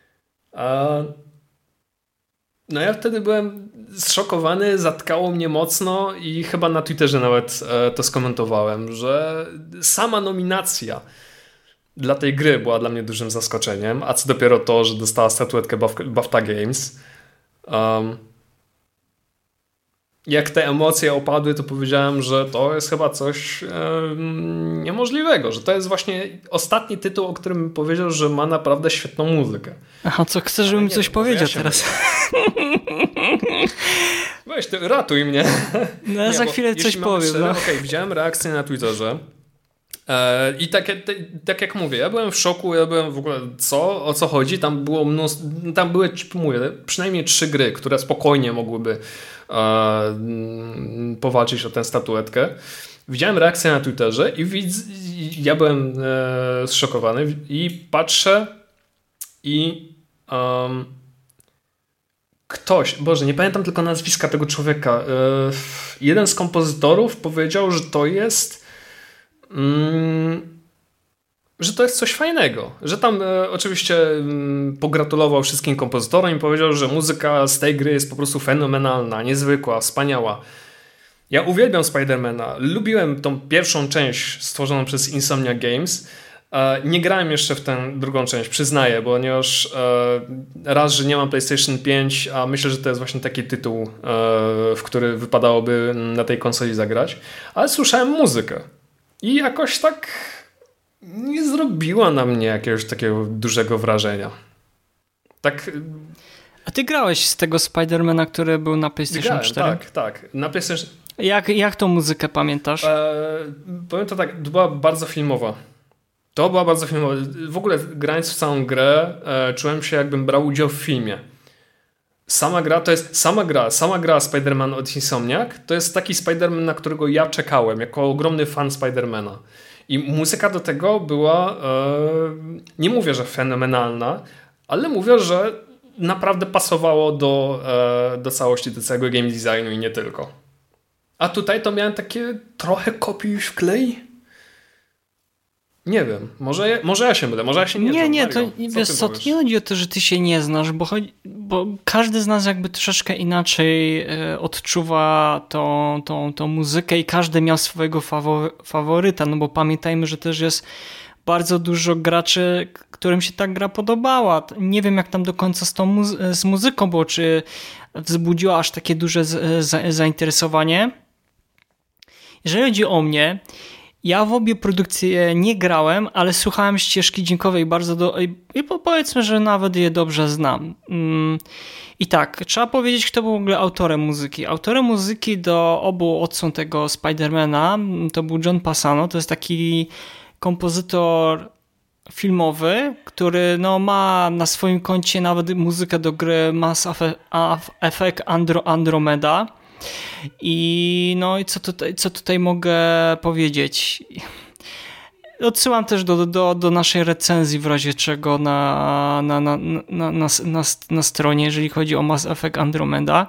No ja wtedy byłem zszokowany, zatkało mnie mocno i chyba na Twitterze nawet to skomentowałem, że sama nominacja dla tej gry była dla mnie dużym zaskoczeniem, a co dopiero to, że dostała statuetkę BAFTA Games. Jak te emocje opadły, to powiedziałem, że to jest chyba coś niemożliwego, że to jest właśnie ostatni tytuł, o którym bym powiedział, że ma naprawdę świetną muzykę. Aha, co chcesz, żebym coś powiedział teraz? Weź, ty ratuj mnie. No ja za chwilę coś powiem. No. Okej, widziałem reakcję na Twitterze i tak jak mówię, ja byłem w szoku, ja byłem w ogóle, o co chodzi? Tam było mnóstwo, tam były, mówię, przynajmniej 3 gry, które spokojnie mogłyby powalczyć o tę statuetkę. widziałem reakcję na Twitterze ja byłem zszokowany i patrzę i ktoś, Boże, nie pamiętam tylko nazwiska tego człowieka, jeden z kompozytorów powiedział, że to jest coś fajnego, że tam oczywiście pogratulował wszystkim kompozytorom i powiedział, że muzyka z tej gry jest po prostu fenomenalna, niezwykła, wspaniała. Ja uwielbiam Spidermana, lubiłem tą pierwszą część stworzoną przez Insomnia Games. Nie grałem jeszcze w tę drugą część, przyznaję, ponieważ raz, że nie mam PlayStation 5, a myślę, że to jest właśnie taki tytuł, w który wypadałoby na tej konsoli zagrać, ale słyszałem muzykę i jakoś tak nie zrobiła na mnie jakiegoś takiego dużego wrażenia. Tak. A ty grałeś z tego Spidermana, który był na PlayStation 4? Tak. Na PlayStation... Jak tą muzykę pamiętasz? Powiem to tak, to była bardzo filmowa. W ogóle grając w całą grę czułem się, jakbym brał udział w filmie. Sama gra Spider-Man od Insomniac to jest taki Spider-Man, na którego ja czekałem jako ogromny fan Spider-Mana. I muzyka do tego była, nie mówię, że fenomenalna, ale mówię, że naprawdę pasowało do całości, do całego game designu i nie tylko. A tutaj to miałem takie trochę kopiuj w klej. Nie wiem, może ja się mylę, może ja się nie znam. Nie, to wiesz co, to nie chodzi o to, że ty się nie znasz, bo każdy z nas jakby troszeczkę inaczej odczuwa tą muzykę i każdy miał swojego faworyta, no bo pamiętajmy, że też jest bardzo dużo graczy, którym się ta gra podobała. Nie wiem, jak tam do końca z muzyką było, czy wzbudziła aż takie duże zainteresowanie. Jeżeli chodzi o mnie, ja w obie produkcje nie grałem, ale słuchałem ścieżki dźwiękowej i powiedzmy, że nawet je dobrze znam. I tak, trzeba powiedzieć, kto był w ogóle autorem muzyki. Autorem muzyki do obu odsłon tego Spidermana to był John Passano, to jest taki kompozytor filmowy, który ma na swoim koncie nawet muzykę do gry Mass Effect Andromeda. I co tutaj mogę powiedzieć? Odsyłam też do naszej recenzji w razie czego na stronie, jeżeli chodzi o Mass Effect Andromeda.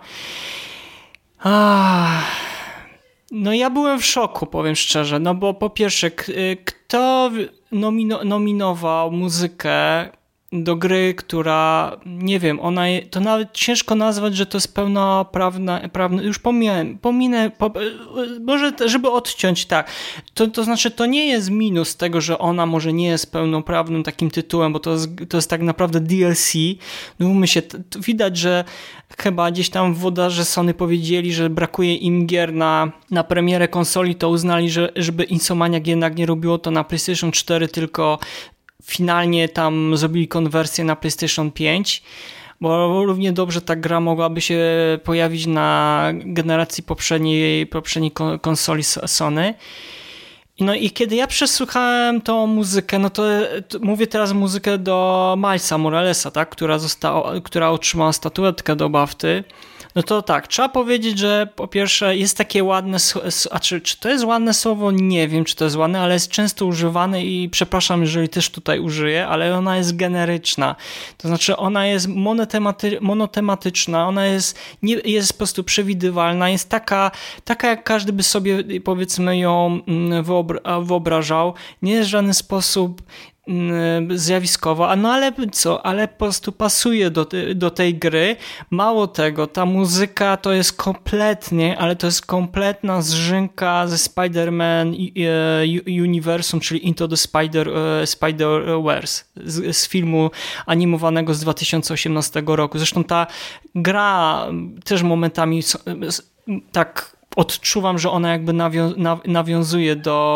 No ja byłem w szoku, powiem szczerze, no bo po pierwsze, kto nominował muzykę do gry, która, nie wiem, to nawet ciężko nazwać, że to jest pełnoprawna, już pominę, może żeby odciąć, tak, to znaczy to nie jest minus tego, że ona może nie jest pełnoprawnym takim tytułem, bo to jest tak naprawdę DLC, no mówmy się, widać, że chyba gdzieś tam włodarze Sony powiedzieli, że brakuje im gier na premierę konsoli, to uznali, że żeby Insomniac jednak nie robiło to na PlayStation 4, tylko finalnie tam zrobili konwersję na PlayStation 5, bo równie dobrze ta gra mogłaby się pojawić na generacji poprzedniej konsoli Sony. No i kiedy ja przesłuchałem tą muzykę, no to mówię teraz muzykę do Milesa Moralesa, tak, która otrzymała statuetkę do BAFTY. No to tak, trzeba powiedzieć, że po pierwsze jest takie ładne, a czy to jest ładne słowo? Nie wiem, czy to jest ładne, ale jest często używane i przepraszam, jeżeli też tutaj użyję, ale ona jest generyczna. To znaczy ona jest monotematyczna, ona jest po prostu przewidywalna, jest taka jak każdy by sobie, powiedzmy, ją wyobrażał. Nie jest w żaden sposób zjawiskowo, no ale co, ale po prostu pasuje do tej gry. Mało tego, ta muzyka to jest kompletna zżynka ze Spider-Man Universum, czyli Into the Spider-Verse z filmu animowanego z 2018 roku. Zresztą ta gra też momentami tak odczuwam, że ona jakby nawiązuje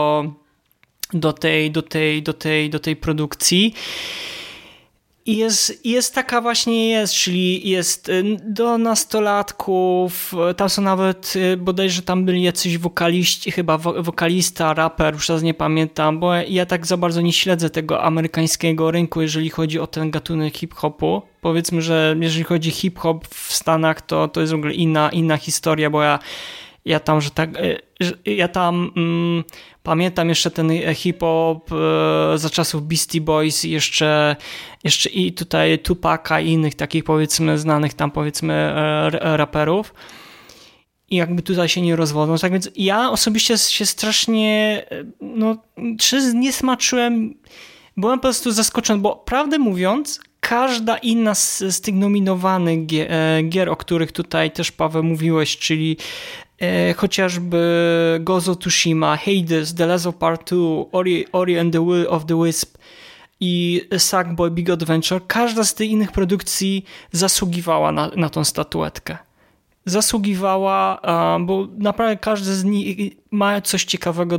do tej produkcji. I jest taka właśnie czyli jest do nastolatków, tam są nawet, bodajże tam byli jacyś wokaliści, chyba wokalista, raper, już teraz nie pamiętam, bo ja tak za bardzo nie śledzę tego amerykańskiego rynku, jeżeli chodzi o ten gatunek hip-hopu. Powiedzmy, że jeżeli chodzi o hip-hop w Stanach, to jest w ogóle inna historia, bo ja Pamiętam jeszcze ten hip-hop za czasów Beastie Boys i jeszcze i tutaj Tupaca i innych takich powiedzmy znanych tam powiedzmy raperów. I jakby tutaj się nie rozwodzą. Tak więc ja osobiście się strasznie nie smaczyłem. Byłem po prostu zaskoczony, bo prawdę mówiąc, każda inna z tych nominowanych gier, o których tutaj też Paweł mówiłeś, czyli chociażby Ghost of Tsushima, Hades, The Last of Part 2, Ori and the Will of the Wisp i Sackboy Big Adventure, każda z tych innych produkcji zasługiwała na tą statuetkę. Zasługiwała, bo naprawdę każdy z nich ma coś ciekawego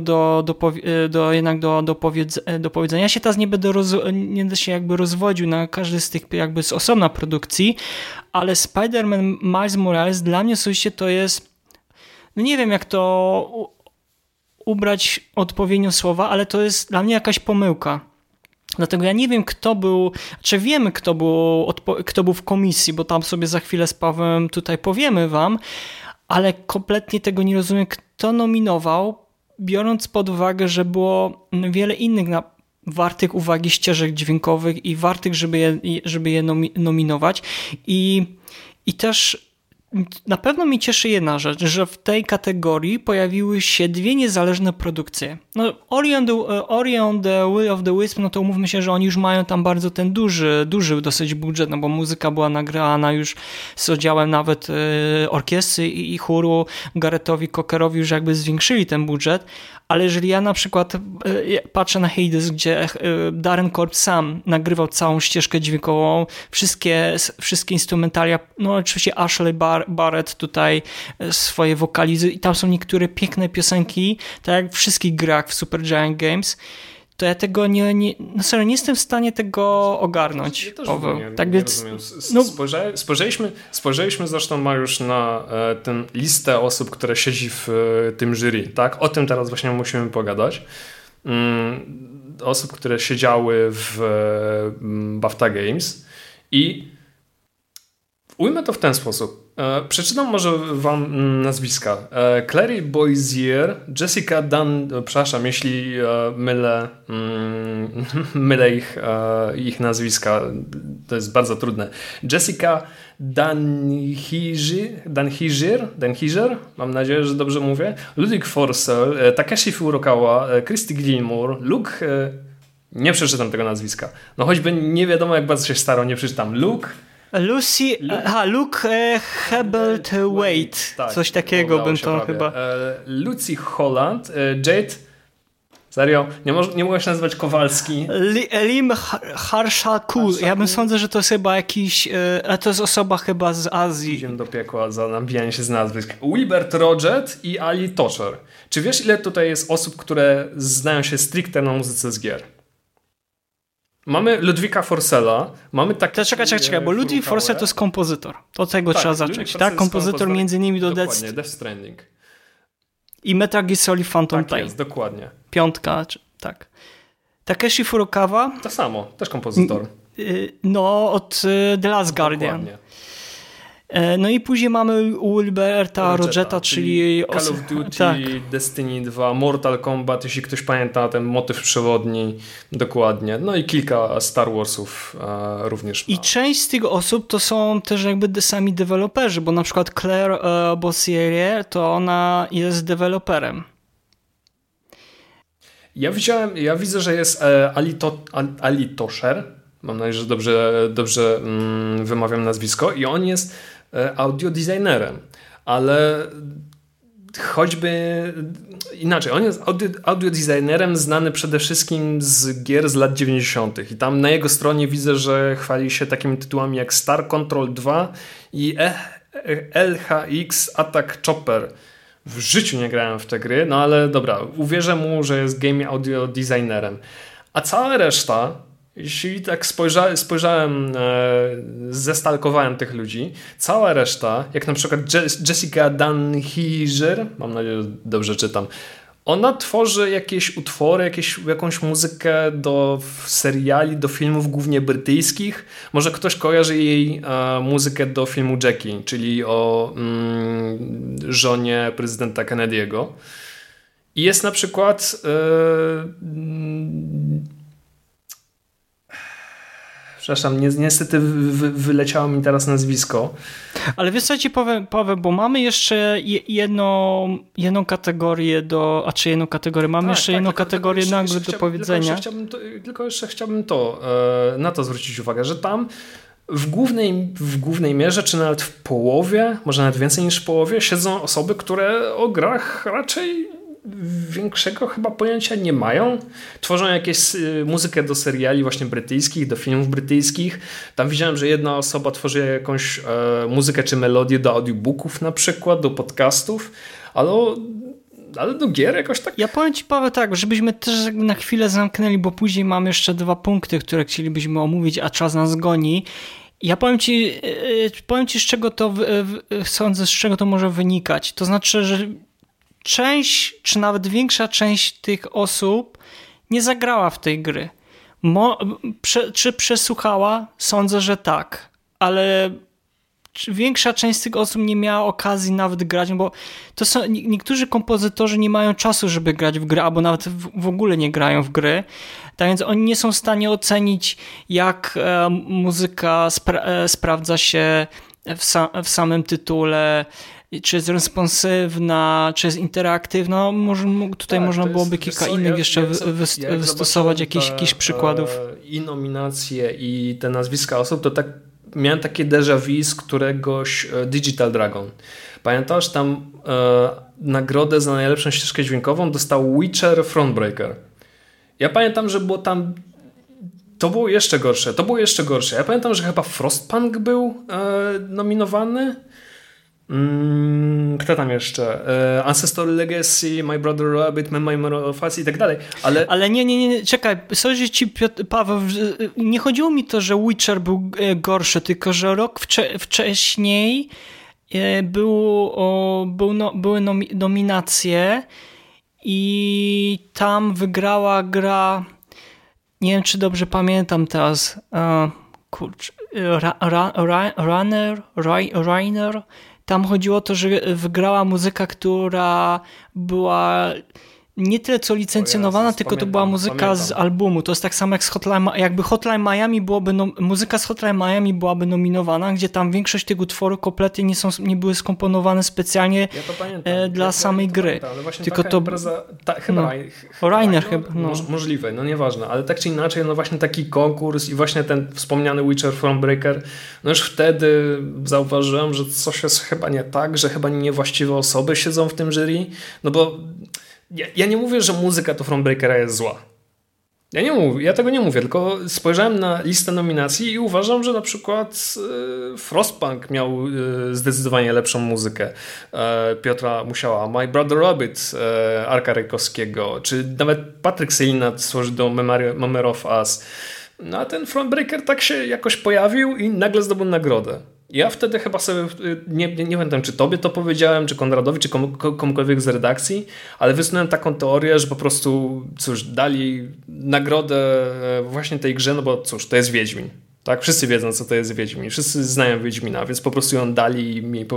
do powiedzenia. Ja się teraz nie będę się jakby rozwodził na każdy z tych jakby z osobna produkcji, ale Spider-Man Miles Morales dla mnie osobiście to jest, no nie wiem jak to ubrać odpowiednio słowa, ale to jest dla mnie jakaś pomyłka. Dlatego ja nie wiem, wiemy, kto był w komisji, bo tam sobie za chwilę z Pawłem tutaj powiemy wam, ale kompletnie tego nie rozumiem, kto nominował, biorąc pod uwagę, że było wiele innych wartych uwagi ścieżek dźwiękowych i wartych, żeby je nominować. I też na pewno mnie cieszy jedna rzecz, że w tej kategorii pojawiły się dwie niezależne produkcje. No, Ori and the Will of the Wisp, no to umówmy się, że oni już mają tam bardzo ten duży dosyć budżet, no bo muzyka była nagrana już z udziałem nawet orkiestry i chóru. Garethowi Cockerowi już jakby zwiększyli ten budżet, ale jeżeli ja na przykład patrzę na Hades, gdzie Darren Korb sam nagrywał całą ścieżkę dźwiękową, wszystkie instrumentalia, no oczywiście Ashley Barrett tutaj swoje wokalizy i tam są niektóre piękne piosenki, tak jak w wszystkich grach w Supergiant Games, to ja tego nie jestem w stanie tego ogarnąć. Ja też tak więc spojrzeliśmy zresztą Mariusz na tę listę osób, które siedzi w tym jury, tak? O tym teraz właśnie musimy pogadać. Osób, które siedziały w BAFTA Games i ujmę to w ten sposób. Przeczytam może wam nazwiska. Clary Boissier, Jessica Dunn, przepraszam, jeśli mylę ich nazwiska, to jest bardzo trudne. Jessica Danhiger, mam nadzieję, że dobrze mówię. Ludwig Forssell, Takeshi Furukawa, Christy Gilmour, Luke, nie przeczytam tego nazwiska. No choćby nie wiadomo jak bardzo się starał, nie przeczytam. Luke Hebblethwaite, tak, coś takiego bym to prawie. chyba... Lucy Holland, Jade, serio, nie mogę się nazywać Kowalski. Lim Harshakul, ja bym sądzę, że to jest chyba jakiś, to jest osoba chyba z Azji. Idziemy do piekła za nabijanie się z nazwisk. Wilbert Roget i Ali Tosher. Czy wiesz ile tutaj jest osób, które znają się stricte na muzyce z gier? Mamy Ludwika Forssella, mamy tak. Czekaj, bo Ludwig Forssell to jest kompozytor. To tego trzeba zacząć, tak? Kompozytor między innymi do Death Stranding. I Metal Gear Solid Phantom Pain. Jest, dokładnie. 5, tak. Takeshi Furukawa. To samo, też kompozytor. No, od The Last Guardian. Dokładnie. No i później mamy Wilberta Rogeta, czyli Call of Duty, tak. Destiny 2, Mortal Kombat, jeśli ktoś pamięta ten motyw przewodni, dokładnie. No i kilka Star Warsów również ma. I część z tych osób to są też jakby sami deweloperzy, bo na przykład Claire Boissier to ona jest deweloperem. Ja widzę, że jest Ali Tosher. Mam nadzieję, że dobrze wymawiam nazwisko. I on jest audiodesignerem. Ale choćby inaczej. On jest audiodesignerem znany przede wszystkim z gier z lat 90. I tam na jego stronie widzę, że chwali się takimi tytułami jak Star Control 2 i LHX Attack Chopper. W życiu nie grałem w te gry, no ale dobra, uwierzę mu, że jest game audio designerem. A cała reszta, jeśli tak spojrzałem, zestalkowałem tych ludzi, cała reszta, jak na przykład Jessica Danhiger, mam nadzieję, że dobrze czytam, Ona tworzy jakieś utwory, jakąś muzykę do seriali, do filmów głównie brytyjskich. Może ktoś kojarzy jej muzykę do filmu Jackie, czyli o żonie prezydenta Kennedy'ego. I jest na przykład przepraszam, niestety wyleciało mi teraz nazwisko. Ale wiesz co ci powiem, Paweł, bo mamy jeszcze jedną kategorię jedną kategorię nagród do powiedzenia. Tylko jeszcze chciałbym na to zwrócić uwagę, że tam w głównej mierze, czy nawet w połowie, może nawet więcej niż w połowie, siedzą osoby, które o grach raczej większego chyba pojęcia nie mają. Tworzą jakieś muzykę do seriali właśnie brytyjskich, do filmów brytyjskich. Tam widziałem, że jedna osoba tworzy jakąś muzykę czy melodię do audiobooków na przykład, do podcastów, ale do gier jakoś tak. Ja powiem ci, Paweł, tak, żebyśmy też na chwilę zamknęli, bo później mamy jeszcze 2 punkty, które chcielibyśmy omówić, a czas nas goni. Ja powiem ci, z czego to sądzę, z czego to może wynikać. To znaczy, że część, czy nawet większa część tych osób nie zagrała w tej gry. Czy przesłuchała? Sądzę, że tak. Ale większa część z tych osób nie miała okazji nawet grać, bo to są, niektórzy kompozytorzy nie mają czasu, żeby grać w gry, albo nawet w ogóle nie grają w gry. Tak więc oni nie są w stanie ocenić, jak muzyka sprawdza się w samym tytule, czy jest responsywna, czy jest interaktywna. Tutaj można byłoby kilka innych jeszcze wystosować jakichś przykładów. I nominacje, i te nazwiska osób, to tak miałem takie déjà vu z któregoś Digital Dragon. Pamiętasz, tam nagrodę za najlepszą ścieżkę dźwiękową dostał Witcher Thronebreaker. Ja pamiętam, że było tam to było jeszcze gorsze. Ja pamiętam, że chyba Frostpunk był nominowany. Kto tam jeszcze? Ancestor Legacy, My Brother Rabbit, Memory of Us i tak dalej. Ale nie, czekaj. Sorry ci, Paweł, nie chodziło mi to, że Witcher był gorszy, tylko że rok wcześniej były nominacje i tam wygrała gra, nie wiem, czy dobrze pamiętam teraz, Rainer. Tam chodziło o to, że wygrała muzyka, która była nie tyle co licencjonowana, tylko to była muzyka z albumu. To jest tak samo jak z jakby Hotline Miami muzyka z Hotline Miami byłaby nominowana, gdzie tam większość tych utworów kompletnie nie były skomponowane specjalnie dla samej gry. Tylko to impreza, Rainer chyba. Możliwe, nieważne, ale tak czy inaczej, właśnie taki konkurs i właśnie ten wspomniany Witcher Thronebreaker, już wtedy zauważyłem, że coś jest chyba nie tak, że chyba niewłaściwe osoby siedzą w tym jury, bo ja nie mówię, że muzyka do Thronebreakera jest zła. Ja tego nie mówię, tylko spojrzałem na listę nominacji i uważam, że na przykład Frostpunk miał zdecydowanie lepszą muzykę Piotra Musiała, My Brother Rabbit Arka Rejkowskiego, czy nawet Patryk Selina stworzył do Memory of Us. A ten Thronebreaker tak się jakoś pojawił i nagle zdobył nagrodę. Ja wtedy chyba sobie, nie pamiętam, czy tobie to powiedziałem, czy Konradowi, czy komukolwiek z redakcji, ale wysunąłem taką teorię, że po prostu, dali nagrodę właśnie tej grze, bo to jest Wiedźmin. Tak? Wszyscy wiedzą, co to jest Wiedźmin. Wszyscy znają Wiedźmina, więc po prostu ją dali i mieli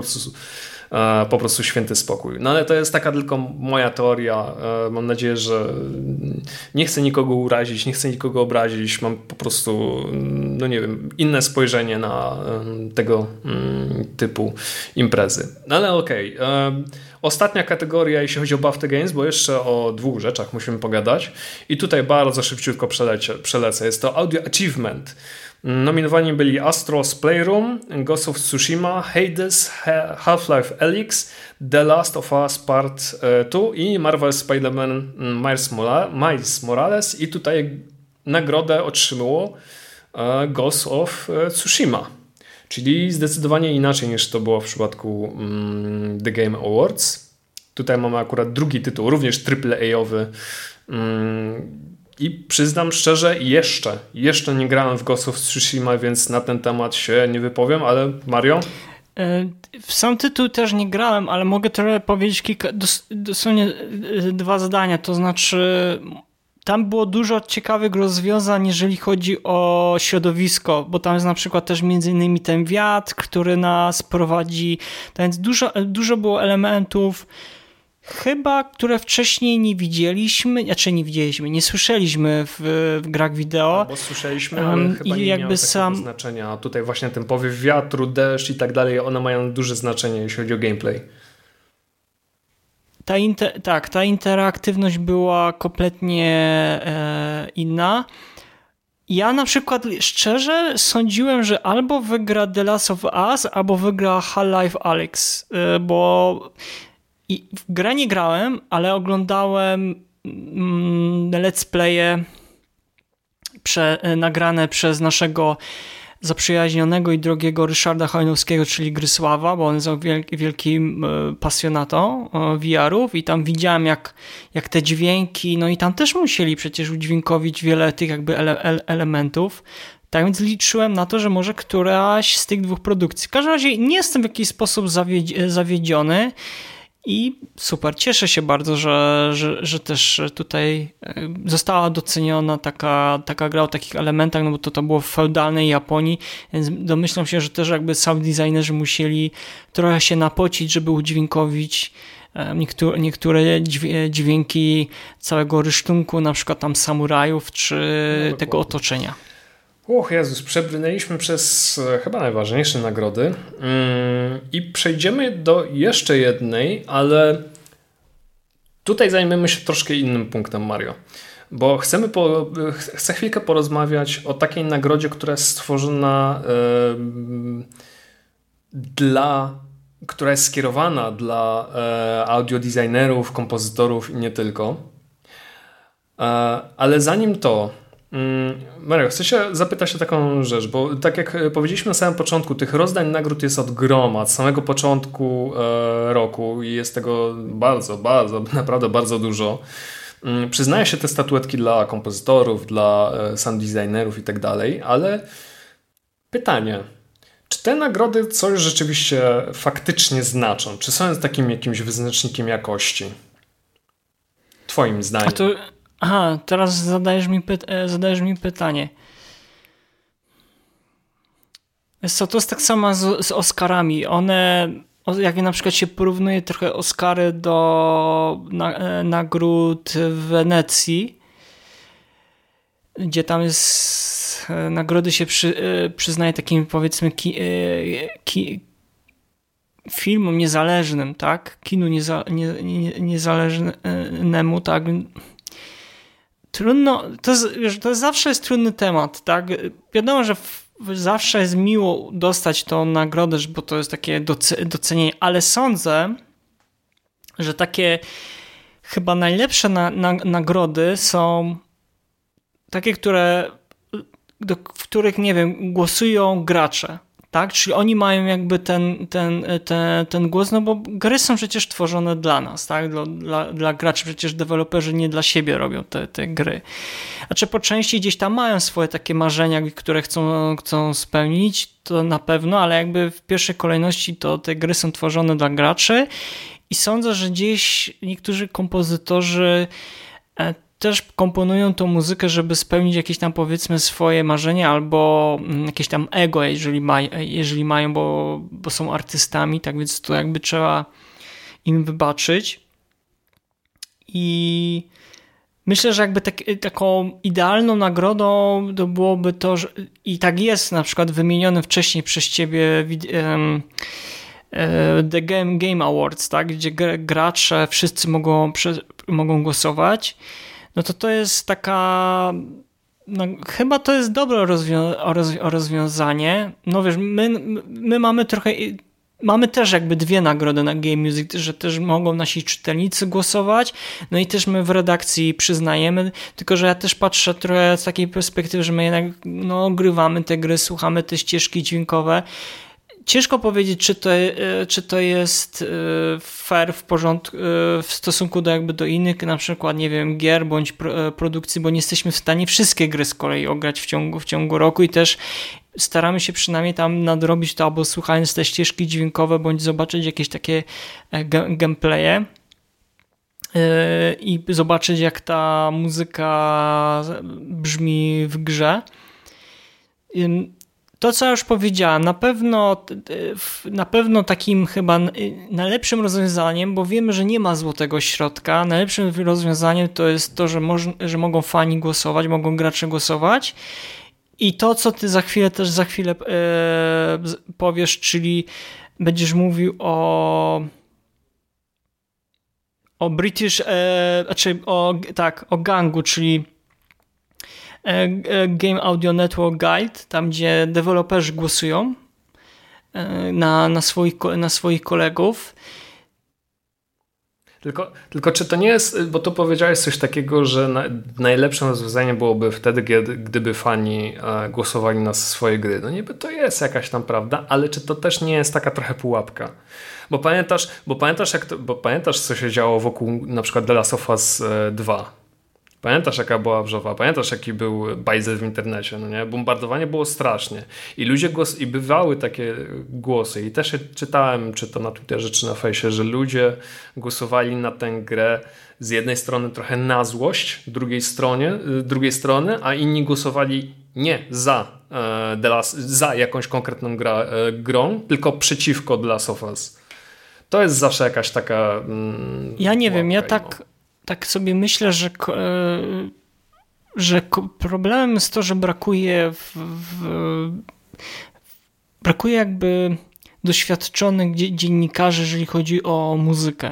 po prostu święty spokój. Ale to jest taka tylko moja teoria. Mam nadzieję, że nie chcę nikogo urazić, nie chcę nikogo obrazić. Mam po prostu, inne spojrzenie na tego typu imprezy. Ale okej. Ostatnia kategoria, jeśli chodzi o BAFTA Games, bo jeszcze o 2 rzeczach musimy pogadać. I tutaj bardzo szybciutko przelecę. Jest to Audio Achievement. Nominowani byli Astro's Playroom, Ghost of Tsushima, Hades, Half-Life Alyx, The Last of Us Part 2 i Marvel Spider-Man Miles Morales. I tutaj nagrodę otrzymało Ghost of Tsushima. Czyli zdecydowanie inaczej niż to było w przypadku The Game Awards. Tutaj mamy akurat drugi tytuł, również AAA-owy. I przyznam szczerze, jeszcze nie grałem w Ghost of Tsushima, więc na ten temat się nie wypowiem, ale Mario? W sam tytuł też nie grałem, ale mogę trochę powiedzieć dosłownie 2 zdania, to znaczy tam było dużo ciekawych rozwiązań, jeżeli chodzi o środowisko, bo tam jest na przykład też między innymi ten wiatr, który nas prowadzi, więc dużo było elementów, chyba, które wcześniej nie widzieliśmy, nie słyszeliśmy w grach wideo. Bo słyszeliśmy, ale chyba nie miało takiego znaczenia. A tutaj właśnie ten powiew wiatru, deszcz i tak dalej, one mają duże znaczenie, jeśli chodzi o gameplay. Ta interaktywność była kompletnie inna. Ja na przykład szczerze sądziłem, że albo wygra The Last of Us, albo wygra Half-Life Alyx, bo w grę nie grałem, ale oglądałem let's playe nagrane przez naszego zaprzyjaźnionego i drogiego Ryszarda Hojnowskiego, czyli Grysława, bo on jest wielkim pasjonatą VR-ów i tam widziałem jak te dźwięki, no i tam też musieli przecież udźwiękowić wiele tych jakby elementów. Tak więc liczyłem na to, że może któraś z tych 2 produkcji. W każdym razie nie jestem w jakiś sposób zawiedziony i super, cieszę się bardzo, że też tutaj została doceniona taka gra o takich elementach, no bo to było w feudalnej Japonii, więc domyślam się, że też jakby sound designerzy musieli trochę się napocić, żeby udźwiękowić niektóre dźwięki całego rysztunku, na przykład tam samurajów, czy tego otoczenia. Jezus, przebrnęliśmy przez chyba najważniejsze nagrody i przejdziemy do jeszcze jednej, ale tutaj zajmiemy się troszkę innym punktem, Mario, bo chcę chwilkę porozmawiać o takiej nagrodzie, która jest stworzona która jest skierowana dla audiodesignerów, kompozytorów i nie tylko, ale zanim to Mario, chcę się zapytać o taką rzecz, bo tak jak powiedzieliśmy na samym początku, tych rozdań nagród jest od groma, od samego początku roku i jest tego naprawdę bardzo dużo. Przyznaję się te statuetki dla kompozytorów, dla sound designerów i tak dalej, ale pytanie, czy te nagrody coś rzeczywiście faktycznie znaczą? Czy są takim jakimś wyznacznikiem jakości? Twoim zdaniem. Aha, teraz zadajesz mi pytanie. Wiesz co, to jest tak samo z Oscarami. Jak na przykład się porównuje trochę Oscary do nagród w Wenecji, gdzie tam jest nagrody się przyznaje takim, powiedzmy, filmom niezależnym, tak? Kinu niezależnemu, tak? Trudno, to zawsze jest trudny temat, tak? Wiadomo, że zawsze jest miło dostać tą nagrodę, bo to jest takie docenienie, ale sądzę, że takie chyba najlepsze nagrody są takie, w których, nie wiem, głosują gracze. Tak? Czyli oni mają jakby ten głos, no bo gry są przecież tworzone dla nas, tak? Dla graczy, przecież deweloperzy nie dla siebie robią te gry. Znaczy po części gdzieś tam mają swoje takie marzenia, które chcą spełnić, to na pewno, ale jakby w pierwszej kolejności to te gry są tworzone dla graczy i sądzę, że gdzieś niektórzy kompozytorzy też komponują tą muzykę, żeby spełnić jakieś tam, powiedzmy, swoje marzenia albo jakieś tam ego, jeżeli mają, bo są artystami, tak więc to jakby trzeba im wybaczyć. I myślę, że jakby taką idealną nagrodą to byłoby to, że i tak jest na przykład wymieniony wcześniej przez ciebie The Game Awards, tak, gdzie gracze wszyscy mogą głosować. No to jest taka, no chyba to jest dobre rozwiązanie. No wiesz, my mamy też jakby 2 nagrody na Game Music, że też mogą nasi czytelnicy głosować, no i też my w redakcji przyznajemy, tylko że ja też patrzę trochę z takiej perspektywy, że my jednak grywamy te gry, słuchamy te ścieżki dźwiękowe. Ciężko powiedzieć, czy to jest fair w porządku w stosunku do innych, na przykład, nie wiem, gier bądź produkcji, bo nie jesteśmy w stanie wszystkie gry z kolei ograć w ciągu roku i też staramy się przynajmniej tam nadrobić to albo słuchając te ścieżki dźwiękowe, bądź zobaczyć jakieś takie gameplaye i zobaczyć, jak ta muzyka brzmi w grze. To, co już powiedziałem, na pewno takim chyba najlepszym rozwiązaniem, bo wiemy, że nie ma złotego środka, najlepszym rozwiązaniem to jest to, że mogą fani głosować, mogą gracze głosować i to, co ty za chwilę powiesz, czyli będziesz mówił o British, o gangu, czyli Game Audio Network Guide, tam gdzie deweloperzy głosują na swoich kolegów. Tylko czy to nie jest, bo tu powiedziałeś coś takiego, że najlepszym rozwiązaniem byłoby wtedy, gdyby fani głosowali na swoje gry. No niby to jest jakaś tam prawda, ale czy to też nie jest taka trochę pułapka? Bo pamiętasz co się działo wokół na przykład The Last of Us 2? Pamiętasz, jaka była wrzowa? Pamiętasz, jaki był bajzel w internecie? No nie? Bombardowanie było strasznie. I ludzie i bywały takie głosy. I też czytałem, czy to na Twitterze, czy na fejsie, że ludzie głosowali na tę grę z jednej strony trochę na złość, drugiej strony, a inni głosowali nie za jakąś konkretną grą, tylko przeciwko The Last of Us. To jest zawsze jakaś taka... ja nie wiem, ja tak sobie myślę, że problemem jest to, że brakuje jakby doświadczonych dziennikarzy, jeżeli chodzi o muzykę.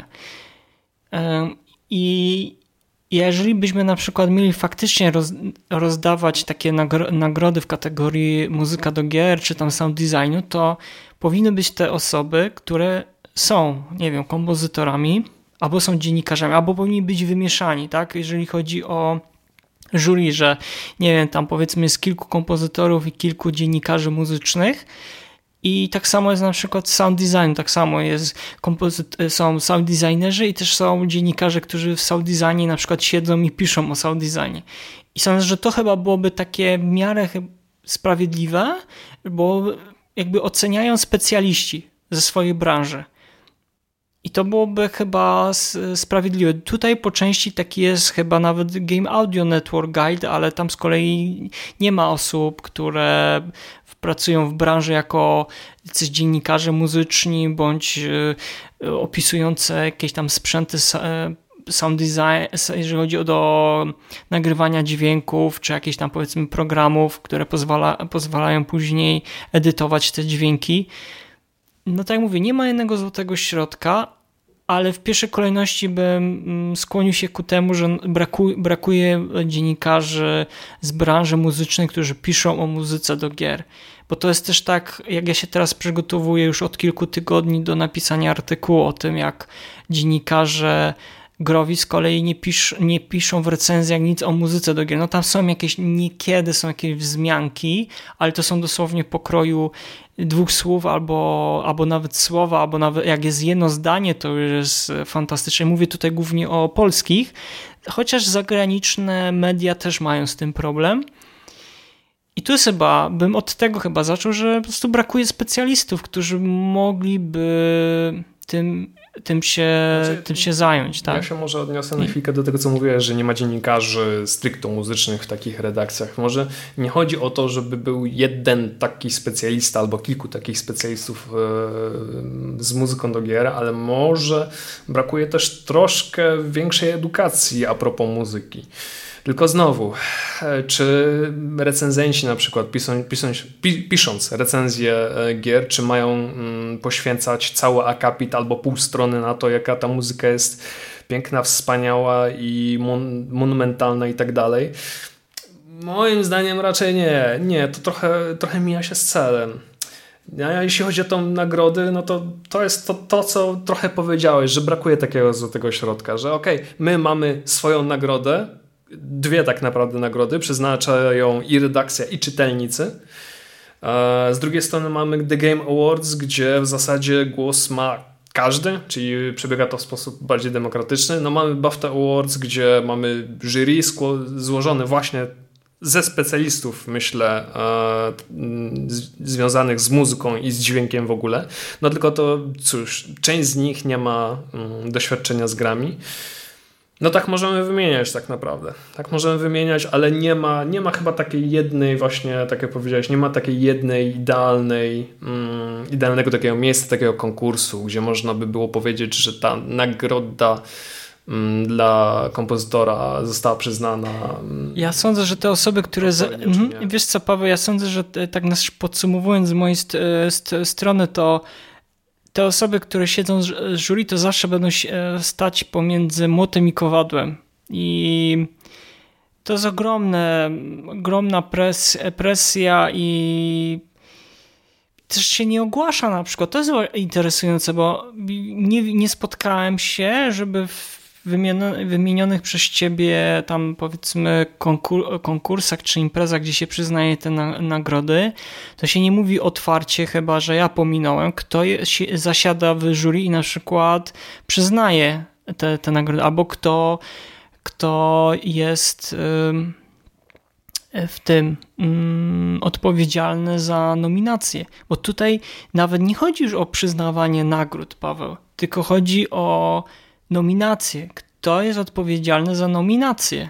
I jeżeli byśmy na przykład mieli faktycznie rozdawać takie nagrody w kategorii muzyka do gier, czy tam sound designu, to powinny być te osoby, które są, nie wiem, kompozytorami, albo są dziennikarzami, albo powinni być wymieszani, tak? Jeżeli chodzi o jury, że nie wiem, tam powiedzmy jest kilku kompozytorów i kilku dziennikarzy muzycznych i tak samo jest na przykład sound design, tak samo są sound designerzy i też są dziennikarze, którzy w sound designie na przykład siedzą i piszą o sound designie. I sądzę, że to chyba byłoby takie w miarę sprawiedliwe, bo jakby oceniają specjaliści ze swojej branży. I to byłoby chyba sprawiedliwe. Tutaj po części taki jest chyba nawet Game Audio Network Guide, ale tam z kolei nie ma osób, które pracują w branży jako jacyś dziennikarze muzyczni bądź opisujące jakieś tam sprzęty sound design, jeżeli chodzi do nagrywania dźwięków, czy jakieś tam powiedzmy programów, które pozwalają później edytować te dźwięki. No tak jak mówię, nie ma jednego złotego środka, ale w pierwszej kolejności bym skłonił się ku temu, że brakuje dziennikarzy z branży muzycznej, którzy piszą o muzyce do gier. Bo to jest też tak, jak ja się teraz przygotowuję już od kilku tygodni do napisania artykułu o tym, jak dziennikarze growi z kolei nie piszą w recenzjach nic o muzyce do gier. No tam niekiedy są jakieś wzmianki, ale to są dosłownie pokroju 2 słów albo nawet słowa, albo nawet jak jest jedno zdanie, to już jest fantastyczne. Mówię tutaj głównie o polskich, chociaż zagraniczne media też mają z tym problem. I tu bym od tego chyba zaczął, że po prostu brakuje specjalistów, którzy mogliby tym się zająć. Tak? Ja się może odniosę na chwilkę do tego, co mówiłeś, że nie ma dziennikarzy stricte muzycznych w takich redakcjach. Może nie chodzi o to, żeby był jeden taki specjalista albo kilku takich specjalistów z muzyką do gier, ale może brakuje też troszkę większej edukacji a propos muzyki. Tylko znowu, czy recenzenci na przykład pisząc recenzję gier, czy mają poświęcać cały akapit albo pół strony na to, jaka ta muzyka jest piękna, wspaniała i monumentalna i tak dalej? Moim zdaniem raczej nie. Nie, to trochę mija się z celem. A jeśli chodzi o tą nagrody, no to jest to, co trochę powiedziałeś, że brakuje takiego złotego środka, że okej, my mamy swoją nagrodę, 2 tak naprawdę nagrody, przeznaczają i redakcja, i czytelnicy. Z drugiej strony mamy The Game Awards, gdzie w zasadzie głos ma każdy, czyli przebiega to w sposób bardziej demokratyczny. No mamy BAFTA Awards, gdzie mamy jury złożone właśnie ze specjalistów, myślę, związanych z muzyką i z dźwiękiem w ogóle. No tylko to, cóż, część z nich nie ma doświadczenia z grami. No tak możemy wymieniać tak naprawdę. Tak możemy wymieniać, ale nie ma chyba takiej jednej właśnie, tak jak powiedziałeś, nie ma takiej jednej idealnego takiego miejsca, takiego konkursu, gdzie można by było powiedzieć, że ta nagroda dla kompozytora została przyznana. Ja sądzę, że te osoby, które... Wiesz co, Paweł, ja sądzę, że tak podsumowując z mojej strony, to te osoby, które siedzą z jury, to zawsze będą stać pomiędzy młotem i kowadłem. I to jest ogromna presja i też się nie ogłasza na przykład. To jest interesujące, bo nie spotkałem się, żeby w wymienionych przez ciebie tam powiedzmy konkursach czy imprezach, gdzie się przyznaje te nagrody, to się nie mówi otwarcie, chyba że ja pominąłem, kto zasiada w jury i na przykład przyznaje te nagrody, albo kto jest w tym odpowiedzialny za nominację. Bo tutaj nawet nie chodzi już o przyznawanie nagród, Paweł, tylko chodzi o nominację. Kto jest odpowiedzialny za nominację?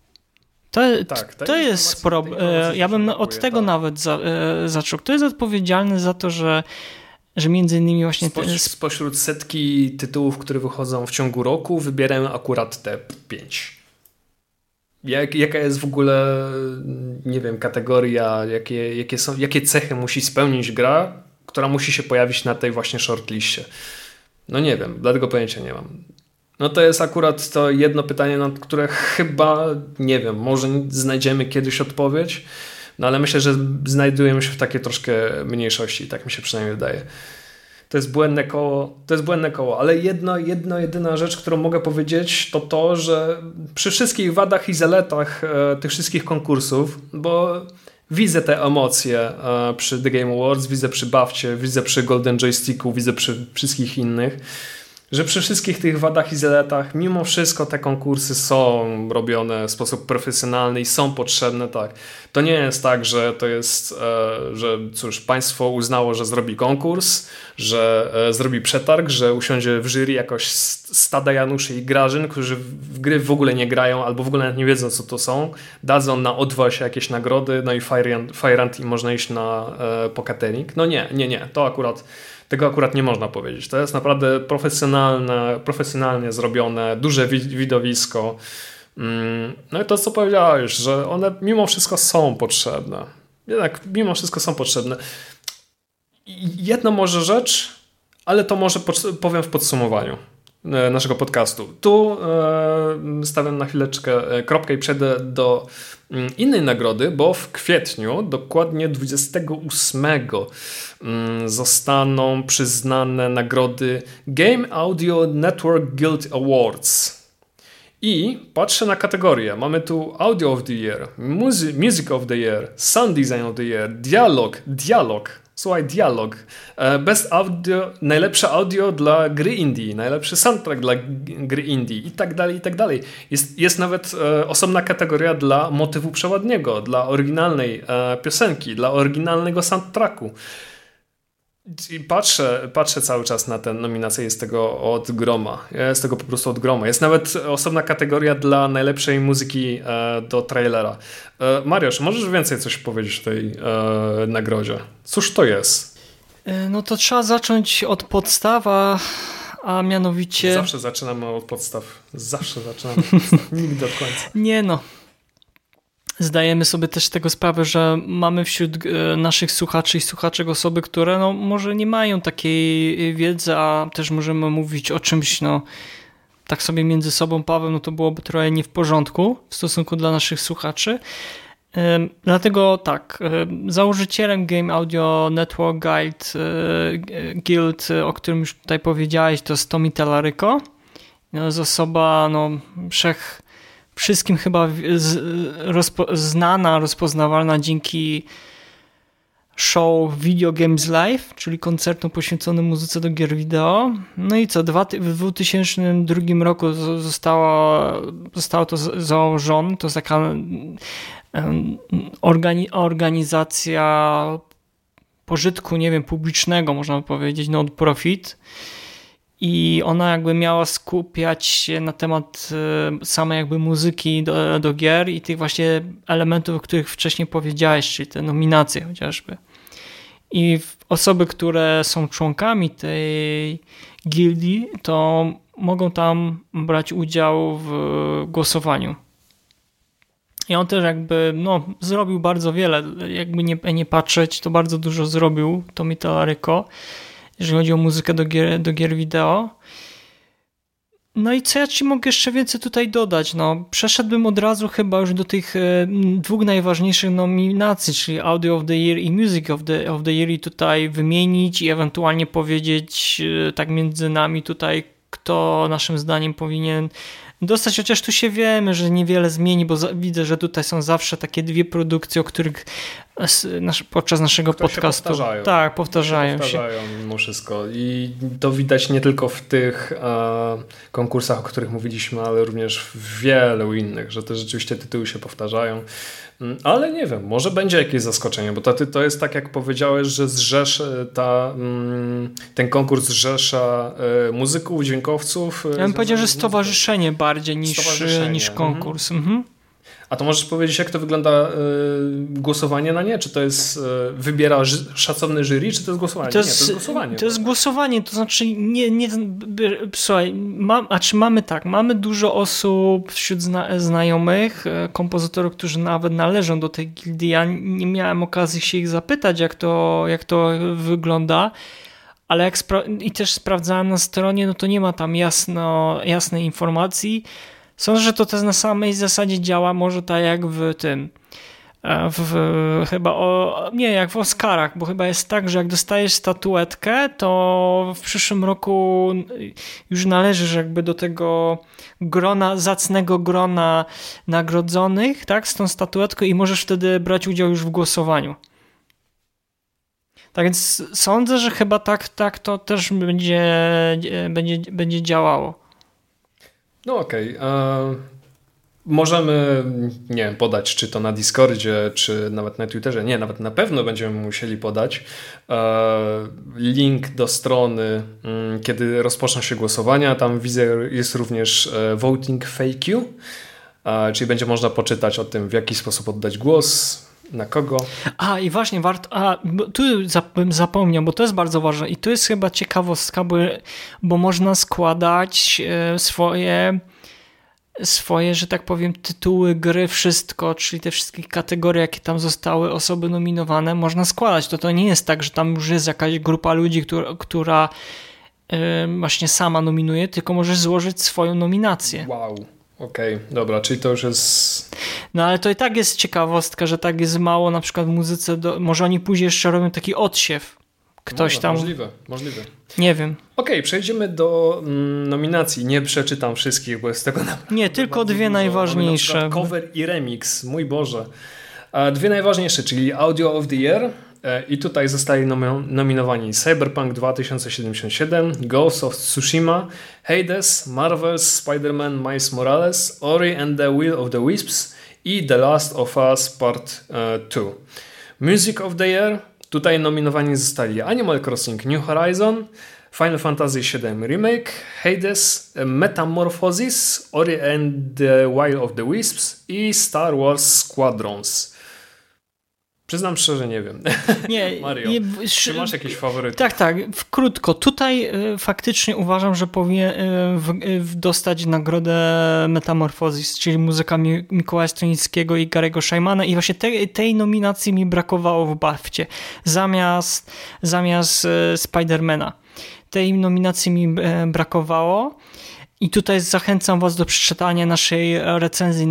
To jest problem. Ja bym od tego nawet zaczął. Kto jest odpowiedzialny za to, że między innymi właśnie... Spośród setki tytułów, które wychodzą w ciągu roku, wybierają akurat te 5. Jaka jest w ogóle, nie wiem, kategoria, jakie cechy musi spełnić gra, która musi się pojawić na tej właśnie shortliście? No nie wiem, dlatego pojęcia nie mam. No to jest akurat to jedno pytanie, na które chyba, nie wiem, może znajdziemy kiedyś odpowiedź, no ale myślę, że znajdujemy się w takiej troszkę mniejszości, tak mi się przynajmniej wydaje. To jest błędne koło, ale jedyna rzecz, którą mogę powiedzieć, to, że przy wszystkich wadach i zaletach tych wszystkich konkursów, bo widzę te emocje przy The Game Awards, widzę przy BAFcie, widzę przy Golden Joysticku, widzę przy wszystkich innych, że przy wszystkich tych wadach i zaletach mimo wszystko te konkursy są robione w sposób profesjonalny i są potrzebne, tak. To nie jest tak, że to jest, że cóż, państwo uznało, że zrobi konkurs, że zrobi przetarg, że usiądzie w jury jakoś stada Januszy i Grażyn, którzy w gry w ogóle nie grają albo w ogóle nawet nie wiedzą, co to są, dadzą na O2 się jakieś nagrody, no i fajrant i można iść po catering. No nie, tego akurat nie można powiedzieć. To jest naprawdę profesjonalnie zrobione, duże widowisko. No i to, co powiedziałeś, że one mimo wszystko są potrzebne. Jednak mimo wszystko są potrzebne. Jedna może rzecz, ale to może powiem w podsumowaniu naszego podcastu. Tu stawiam na chwileczkę kropkę i przejdę do innej nagrody, bo w kwietniu, dokładnie 28 zostaną przyznane nagrody Game Audio Network Guild Awards. I patrzę na kategorie. Mamy tu Audio of the Year, Music of the Year, Sound Design of the Year, Dialog. Słuchaj, dialog. Best audio, najlepsze audio dla gry indie, najlepszy soundtrack dla gry indie i tak dalej. Jest nawet osobna kategoria dla motywu przewodniego, dla oryginalnej piosenki, dla oryginalnego soundtracku. I patrzę cały czas na tę nominację, jest tego od groma. Jest tego po prostu od groma. Jest nawet osobna kategoria dla najlepszej muzyki do trailera. Mariusz, możesz więcej coś powiedzieć o tej nagrodzie? Cóż to jest? No to trzeba zacząć od podstawa, a mianowicie... Zawsze zaczynamy od podstaw. Nigdy od końca. Nie no. Zdajemy sobie też tego sprawę, że mamy wśród naszych słuchaczy i słuchaczek osoby, które no, może nie mają takiej wiedzy, a też możemy mówić o czymś, no tak sobie między sobą, Paweł, no to byłoby trochę nie w porządku w stosunku dla naszych słuchaczy. Dlatego tak, założycielem Game Audio Network Guild, o którym już tutaj powiedziałeś, to jest Tommy Tallarico. To jest osoba, no wszystkim chyba znana, rozpoznawalna dzięki show Video Games Live, czyli koncertom poświęconym muzyce do gier wideo. No i co, w 2002 roku zostało to założone. To jest taka organizacja pożytku, nie wiem, publicznego, można by powiedzieć, non-profit. I ona jakby miała skupiać się na temat samej jakby muzyki do gier i tych właśnie elementów, o których wcześniej powiedziałeś, czyli te nominacje chociażby. I osoby, które są członkami tej gildii, to mogą tam brać udział w głosowaniu. I on też jakby zrobił bardzo wiele, jakby nie patrzeć, to bardzo dużo zrobił Tommy Tallarico, jeżeli chodzi o muzykę do gier wideo. No i co ja ci mogę jeszcze więcej tutaj dodać? Przeszedłbym od razu chyba już do tych dwóch najważniejszych nominacji, czyli Audio of the Year i Music of the Year, i tutaj wymienić i ewentualnie powiedzieć tak między nami tutaj, kto naszym zdaniem powinien dostać, chociaż tu się wiemy, że niewiele zmieni, bo widzę, że tutaj są zawsze takie dwie produkcje, o których podczas naszego podcastu powtarzają się mimo wszystko. I to widać nie tylko w tych konkursach, o których mówiliśmy, ale również w wielu innych, że te rzeczywiście tytuły się powtarzają. Ale nie wiem, może będzie jakieś zaskoczenie, bo to jest tak, jak powiedziałeś, że ten konkurs zrzesza muzyków, dźwiękowców. Ja bym powiedział, że stowarzyszenie bardziej niż konkurs. Mhm. A to możesz powiedzieć, jak to wygląda głosowanie na nie? Czy to jest wybiera szacowny jury, czy to jest głosowanie? To jest głosowanie. To jest głosowanie, to znaczy słuchaj, mamy dużo osób wśród znajomych, kompozytorów, którzy nawet należą do tej gildii. Ja nie miałem okazji się ich zapytać, jak to wygląda, ale i też sprawdzałem na stronie, to nie ma tam jasnej informacji. Sądzę, że to też na samej zasadzie działa, może tak jak w tym, jak w Oscarach, bo chyba jest tak, że jak dostajesz statuetkę, to w przyszłym roku już należysz jakby do tego zacnego grona nagrodzonych, tak, z tą statuetką i możesz wtedy brać udział już w głosowaniu. Tak więc sądzę, że chyba tak to też będzie działało. No okej. Możemy, nie wiem, podać, czy to na Discordzie, czy nawet na Twitterze. Nie, nawet na pewno będziemy musieli podać link do strony, kiedy rozpoczną się głosowania. Tam widzę, jest również Voting FAQ, czyli będzie można poczytać o tym, w jaki sposób oddać głos, na kogo. I właśnie tu bym zapomniał, bo to jest bardzo ważne i to jest chyba ciekawostka, bo można składać swoje, że tak powiem, tytuły gry, wszystko, czyli te wszystkie kategorie, jakie tam zostały osoby nominowane, można składać. To nie jest tak, że tam już jest jakaś grupa ludzi, która właśnie sama nominuje, tylko możesz złożyć swoją nominację. Wow. Okej, dobra, czyli to już jest... No ale to i tak jest ciekawostka, że tak jest mało na przykład w muzyce, może oni później jeszcze robią taki odsiew. Ktoś tam... Możliwe. Nie wiem. Okej, przejdziemy do nominacji. Nie przeczytam wszystkich, bo jest tego naprawdę... Nie, tylko dwie najważniejsze. Cover i remix, mój Boże. Dwie najważniejsze, czyli Audio of the Year. I tutaj zostali nominowani Cyberpunk 2077, Ghost of Tsushima, Hades, Marvel's Spider-Man Miles Morales, Ori and the Will of the Wisps i The Last of Us Part 2. Music of the Year. Tutaj nominowani zostali Animal Crossing New Horizon, Final Fantasy VII Remake, Hades, Metamorphosis, Ori and the Will of the Wisps i Star Wars Squadrons. Przyznam szczerze, nie wiem. Nie, Mario, czy masz jakieś faworyty? Tak, krótko. Tutaj faktycznie uważam, że powinien dostać nagrodę Metamorphosis, czyli muzyka Mikołaja Stronickiego i Gary'ego Szajmana i właśnie tej nominacji mi brakowało w BAFcie zamiast Spidermana. Tej nominacji mi brakowało i tutaj zachęcam was do przeczytania naszej recenzji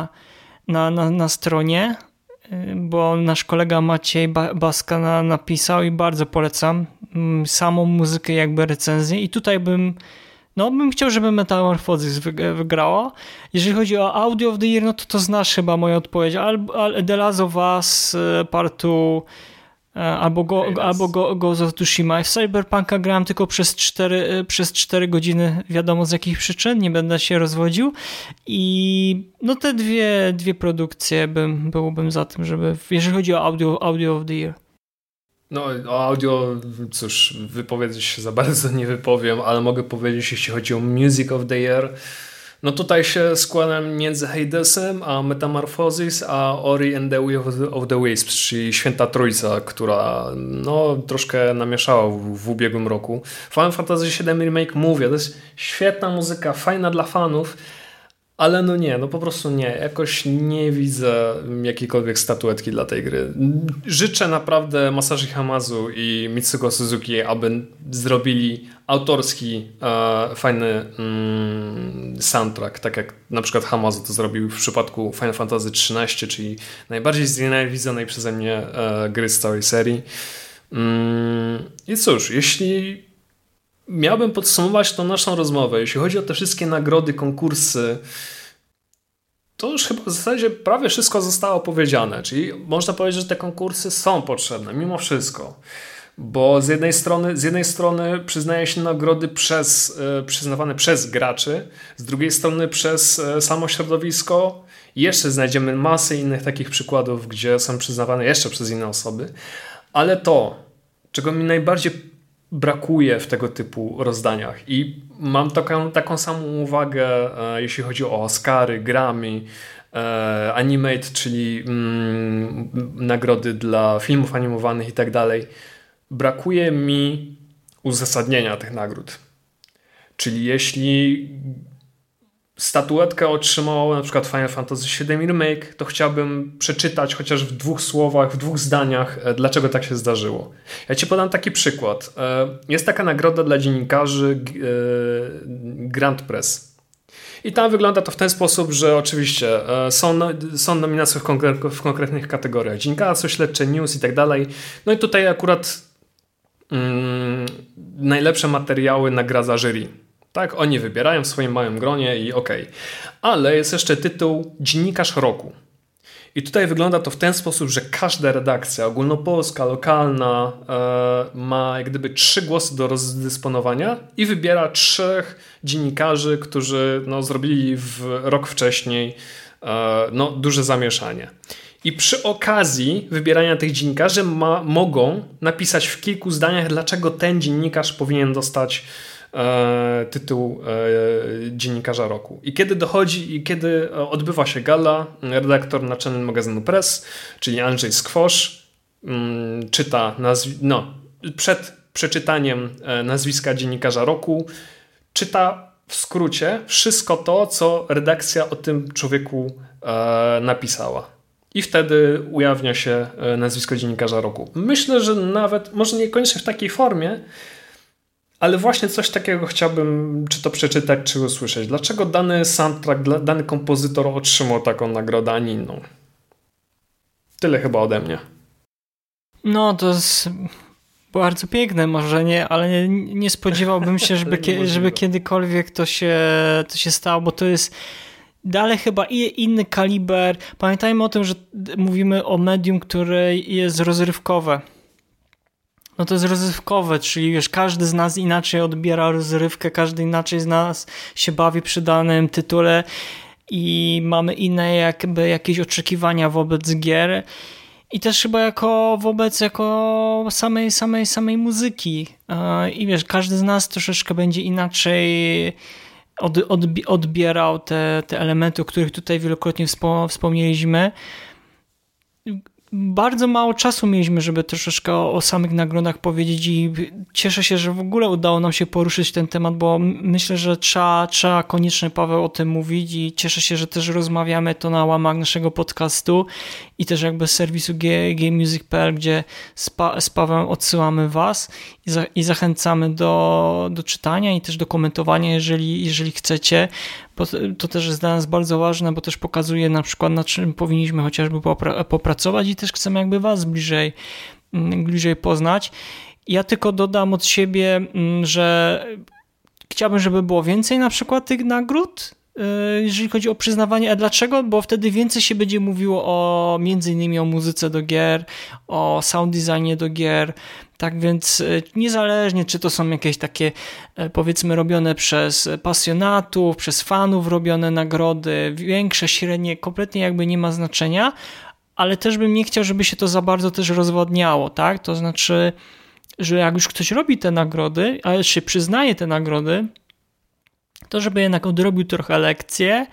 na stronie, bo nasz kolega Maciej Baska napisał i bardzo polecam samą muzykę, jakby recenzję i tutaj bym chciał, żeby Metamorphosis wygrało. Jeżeli chodzi o Audio of the Year, to znasz chyba moją odpowiedź, The Last of Us Part 2 albo Ghost of Tsushima. W Cyberpunka grałem tylko przez 4 godziny, wiadomo z jakich przyczyn, nie będę się rozwodził i te dwie produkcje byłbym za tym, żeby, jeżeli chodzi o Audio of the Year. No o audio, cóż, wypowiedzieć się za bardzo nie wypowiem, ale mogę powiedzieć, jeśli chodzi o Music of the Year, no tutaj się składam między Hadesem, a Metamorphosis, a Ori and the Will of the Wisps, czyli Święta Trójca, która no troszkę namieszała w ubiegłym roku. Final Fantasy VII Remake, mówię, to jest świetna muzyka, fajna dla fanów, ale no nie, no po prostu nie. Jakoś nie widzę jakiejkolwiek statuetki dla tej gry. Życzę naprawdę Masashi Hamazu i Mitsuko Suzuki, aby zrobili autorski, fajny soundtrack, tak jak na przykład Hamazu to zrobił w przypadku Final Fantasy XIII, czyli najbardziej znienawidzonej przeze mnie gry z całej serii. I cóż, jeśli miałbym podsumować tą naszą rozmowę, jeśli chodzi o te wszystkie nagrody, konkursy, to już chyba w zasadzie prawie wszystko zostało powiedziane. Czyli można powiedzieć, że te konkursy są potrzebne mimo wszystko. Bo z jednej strony przyznaje się nagrody przyznawane przez graczy, z drugiej strony przez samo środowisko. Jeszcze znajdziemy masę innych takich przykładów, gdzie są przyznawane jeszcze przez inne osoby. Ale to, czego mi najbardziej brakuje w tego typu rozdaniach i mam taką samą uwagę, jeśli chodzi o Oscary, Grammy, Animate, czyli nagrody dla filmów animowanych i tak dalej. Brakuje mi uzasadnienia tych nagród. Czyli jeśli statuetkę otrzymało na przykład Final Fantasy VII Remake, to chciałbym przeczytać chociaż w 2 słowach, w 2 zdaniach, dlaczego tak się zdarzyło. Ja ci podam taki przykład. Jest taka nagroda dla dziennikarzy Grand Press. I tam wygląda to w ten sposób, że oczywiście są nominacje w konkretnych kategoriach. Dziennikarstwo śledcze, news i tak dalej. No i tutaj akurat najlepsze materiały nagradza jury. Tak, oni wybierają w swoim małym gronie i okej. Ale jest jeszcze tytuł Dziennikarz Roku. I tutaj wygląda to w ten sposób, że każda redakcja ogólnopolska, lokalna ma jak gdyby 3 głosy do rozdysponowania i wybiera 3 dziennikarzy, którzy zrobili rok wcześniej duże zamieszanie. I przy okazji wybierania tych dziennikarzy mogą napisać w kilku zdaniach, dlaczego ten dziennikarz powinien dostać tytuł dziennikarza roku. I kiedy odbywa się gala, redaktor naczelny magazynu Press, czyli Andrzej Skwosz, czyta przed przeczytaniem nazwiska dziennikarza roku, czyta w skrócie wszystko to, co redakcja o tym człowieku napisała. I wtedy ujawnia się nazwisko dziennikarza roku. Myślę, że nawet, może niekoniecznie w takiej formie, ale właśnie coś takiego chciałbym czy to przeczytać, czy usłyszeć. Dlaczego dany soundtrack, dany kompozytor otrzymał taką nagrodę, a nie inną? Tyle chyba ode mnie. No, to jest bardzo piękne marzenie, ale nie spodziewałbym się, żeby kiedykolwiek to się stało, bo to jest dalej chyba inny kaliber. Pamiętajmy o tym, że mówimy o medium, które jest rozrywkowe. No to jest rozrywkowe, czyli wiesz, każdy z nas inaczej odbiera rozrywkę, każdy inaczej z nas się bawi przy danym tytule i mamy inne jakieś oczekiwania wobec gier i też chyba wobec samej muzyki. I wiesz, każdy z nas troszeczkę będzie inaczej odbierał te elementy, o których tutaj wielokrotnie wspomnieliśmy. Bardzo mało czasu mieliśmy, żeby troszeczkę o samych nagrodach powiedzieć i cieszę się, że w ogóle udało nam się poruszyć ten temat, bo myślę, że trzeba koniecznie, Paweł, o tym mówić i cieszę się, że też rozmawiamy to na łamach naszego podcastu i też jakby z serwisu gamemusic.pl, gdzie z Pawłem odsyłamy was i zachęcamy do czytania i też do komentowania, jeżeli chcecie, bo to też jest dla nas bardzo ważne, bo też pokazuje na przykład, na czym powinniśmy chociażby popracować i też chcemy jakby was bliżej poznać. Ja tylko dodam od siebie, że chciałbym, żeby było więcej na przykład tych nagród, jeżeli chodzi o przyznawanie. A dlaczego? Bo wtedy więcej się będzie mówiło między innymi o muzyce do gier, o sound designie do gier. Tak więc niezależnie, czy to są jakieś takie, powiedzmy, robione przez pasjonatów, przez fanów robione nagrody, większe, średnie, kompletnie jakby nie ma znaczenia, ale też bym nie chciał, żeby się to za bardzo też rozwadniało, tak? To znaczy, że jak już ktoś robi te nagrody, ale się przyznaje te nagrody, to żeby jednak odrobił trochę lekcje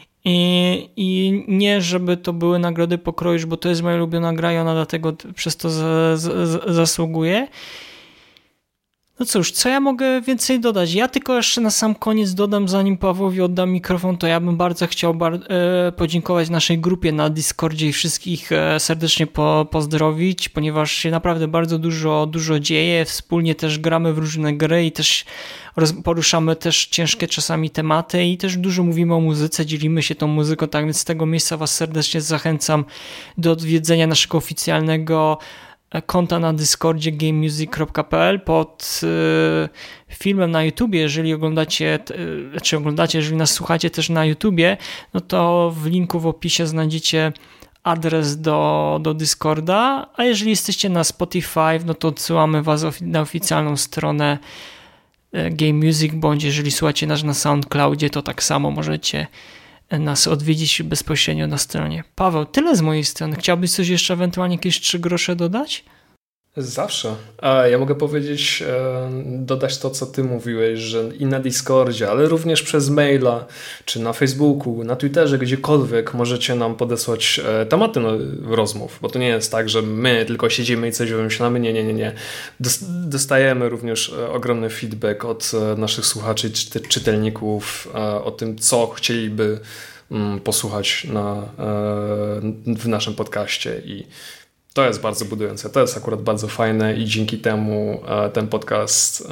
i nie, żeby to były nagrody pokroju, bo to jest moja ulubiona gra i ona dlatego przez to zasługuje. No cóż, co ja mogę więcej dodać? Ja tylko jeszcze na sam koniec dodam, zanim Pawłowi oddam mikrofon, to ja bym bardzo chciał podziękować naszej grupie na Discordzie i wszystkich serdecznie pozdrowić, ponieważ się naprawdę bardzo dużo dzieje. Wspólnie też gramy w różne gry i też poruszamy też ciężkie czasami tematy i też dużo mówimy o muzyce, dzielimy się tą muzyką, tak więc z tego miejsca Was serdecznie zachęcam do odwiedzenia naszego oficjalnego konta na Discordzie gamemusic.pl pod filmem na YouTubie. Jeżeli jeżeli nas słuchacie też na YouTubie, no to w linku w opisie znajdziecie adres do Discorda, a jeżeli jesteście na Spotify, no to odsyłamy Was na oficjalną stronę Game Music, bądź jeżeli słuchacie nas na SoundCloudzie, to tak samo możecie nas odwiedzić bezpośrednio na stronie. Paweł, tyle z mojej strony. Chciałbyś coś jeszcze ewentualnie jakieś 3 grosze dodać? Zawsze. Ja mogę powiedzieć, dodać to, co ty mówiłeś, że i na Discordzie, ale również przez maila, czy na Facebooku, na Twitterze, gdziekolwiek możecie nam podesłać tematy rozmów, bo to nie jest tak, że my tylko siedzimy i coś wymyślamy. Nie. Dostajemy również ogromny feedback od naszych słuchaczy, czytelników o tym, co chcieliby posłuchać w naszym podcaście i to jest bardzo budujące, to jest akurat bardzo fajne i dzięki temu ten podcast,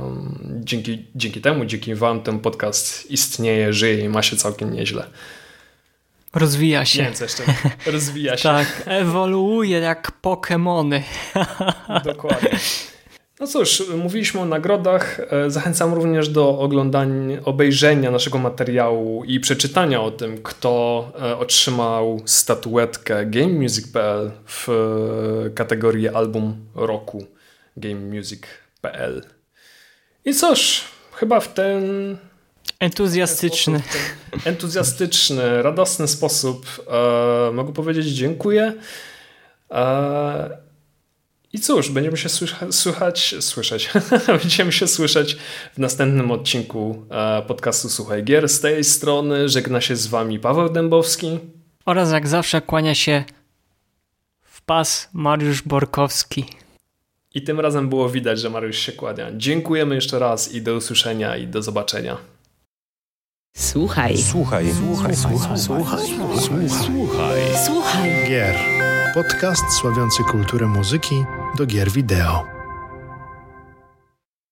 dzięki wam ten podcast istnieje, żyje i ma się całkiem nieźle. Rozwija się. Nie, co jeszcze? Rozwija się. Tak, ewoluuje jak Pokemony. Dokładnie. No cóż, mówiliśmy o nagrodach. Zachęcam również do obejrzenia naszego materiału i przeczytania o tym, kto otrzymał statuetkę GameMusic.pl w kategorii album roku GameMusic.pl. I cóż, chyba w ten entuzjastyczny, radosny sposób mogę powiedzieć dziękuję. I cóż, będziemy się będziemy się słyszeć w następnym odcinku podcastu Słuchaj Gier. Z tej strony żegna się z wami Paweł Dębowski. Oraz jak zawsze kłania się w pas Mariusz Borkowski. I tym razem było widać, że Mariusz się kłania. Dziękujemy jeszcze raz i do usłyszenia i do zobaczenia. Słuchaj Gier. Podcast sławiący kulturę muzyki do gier wideo.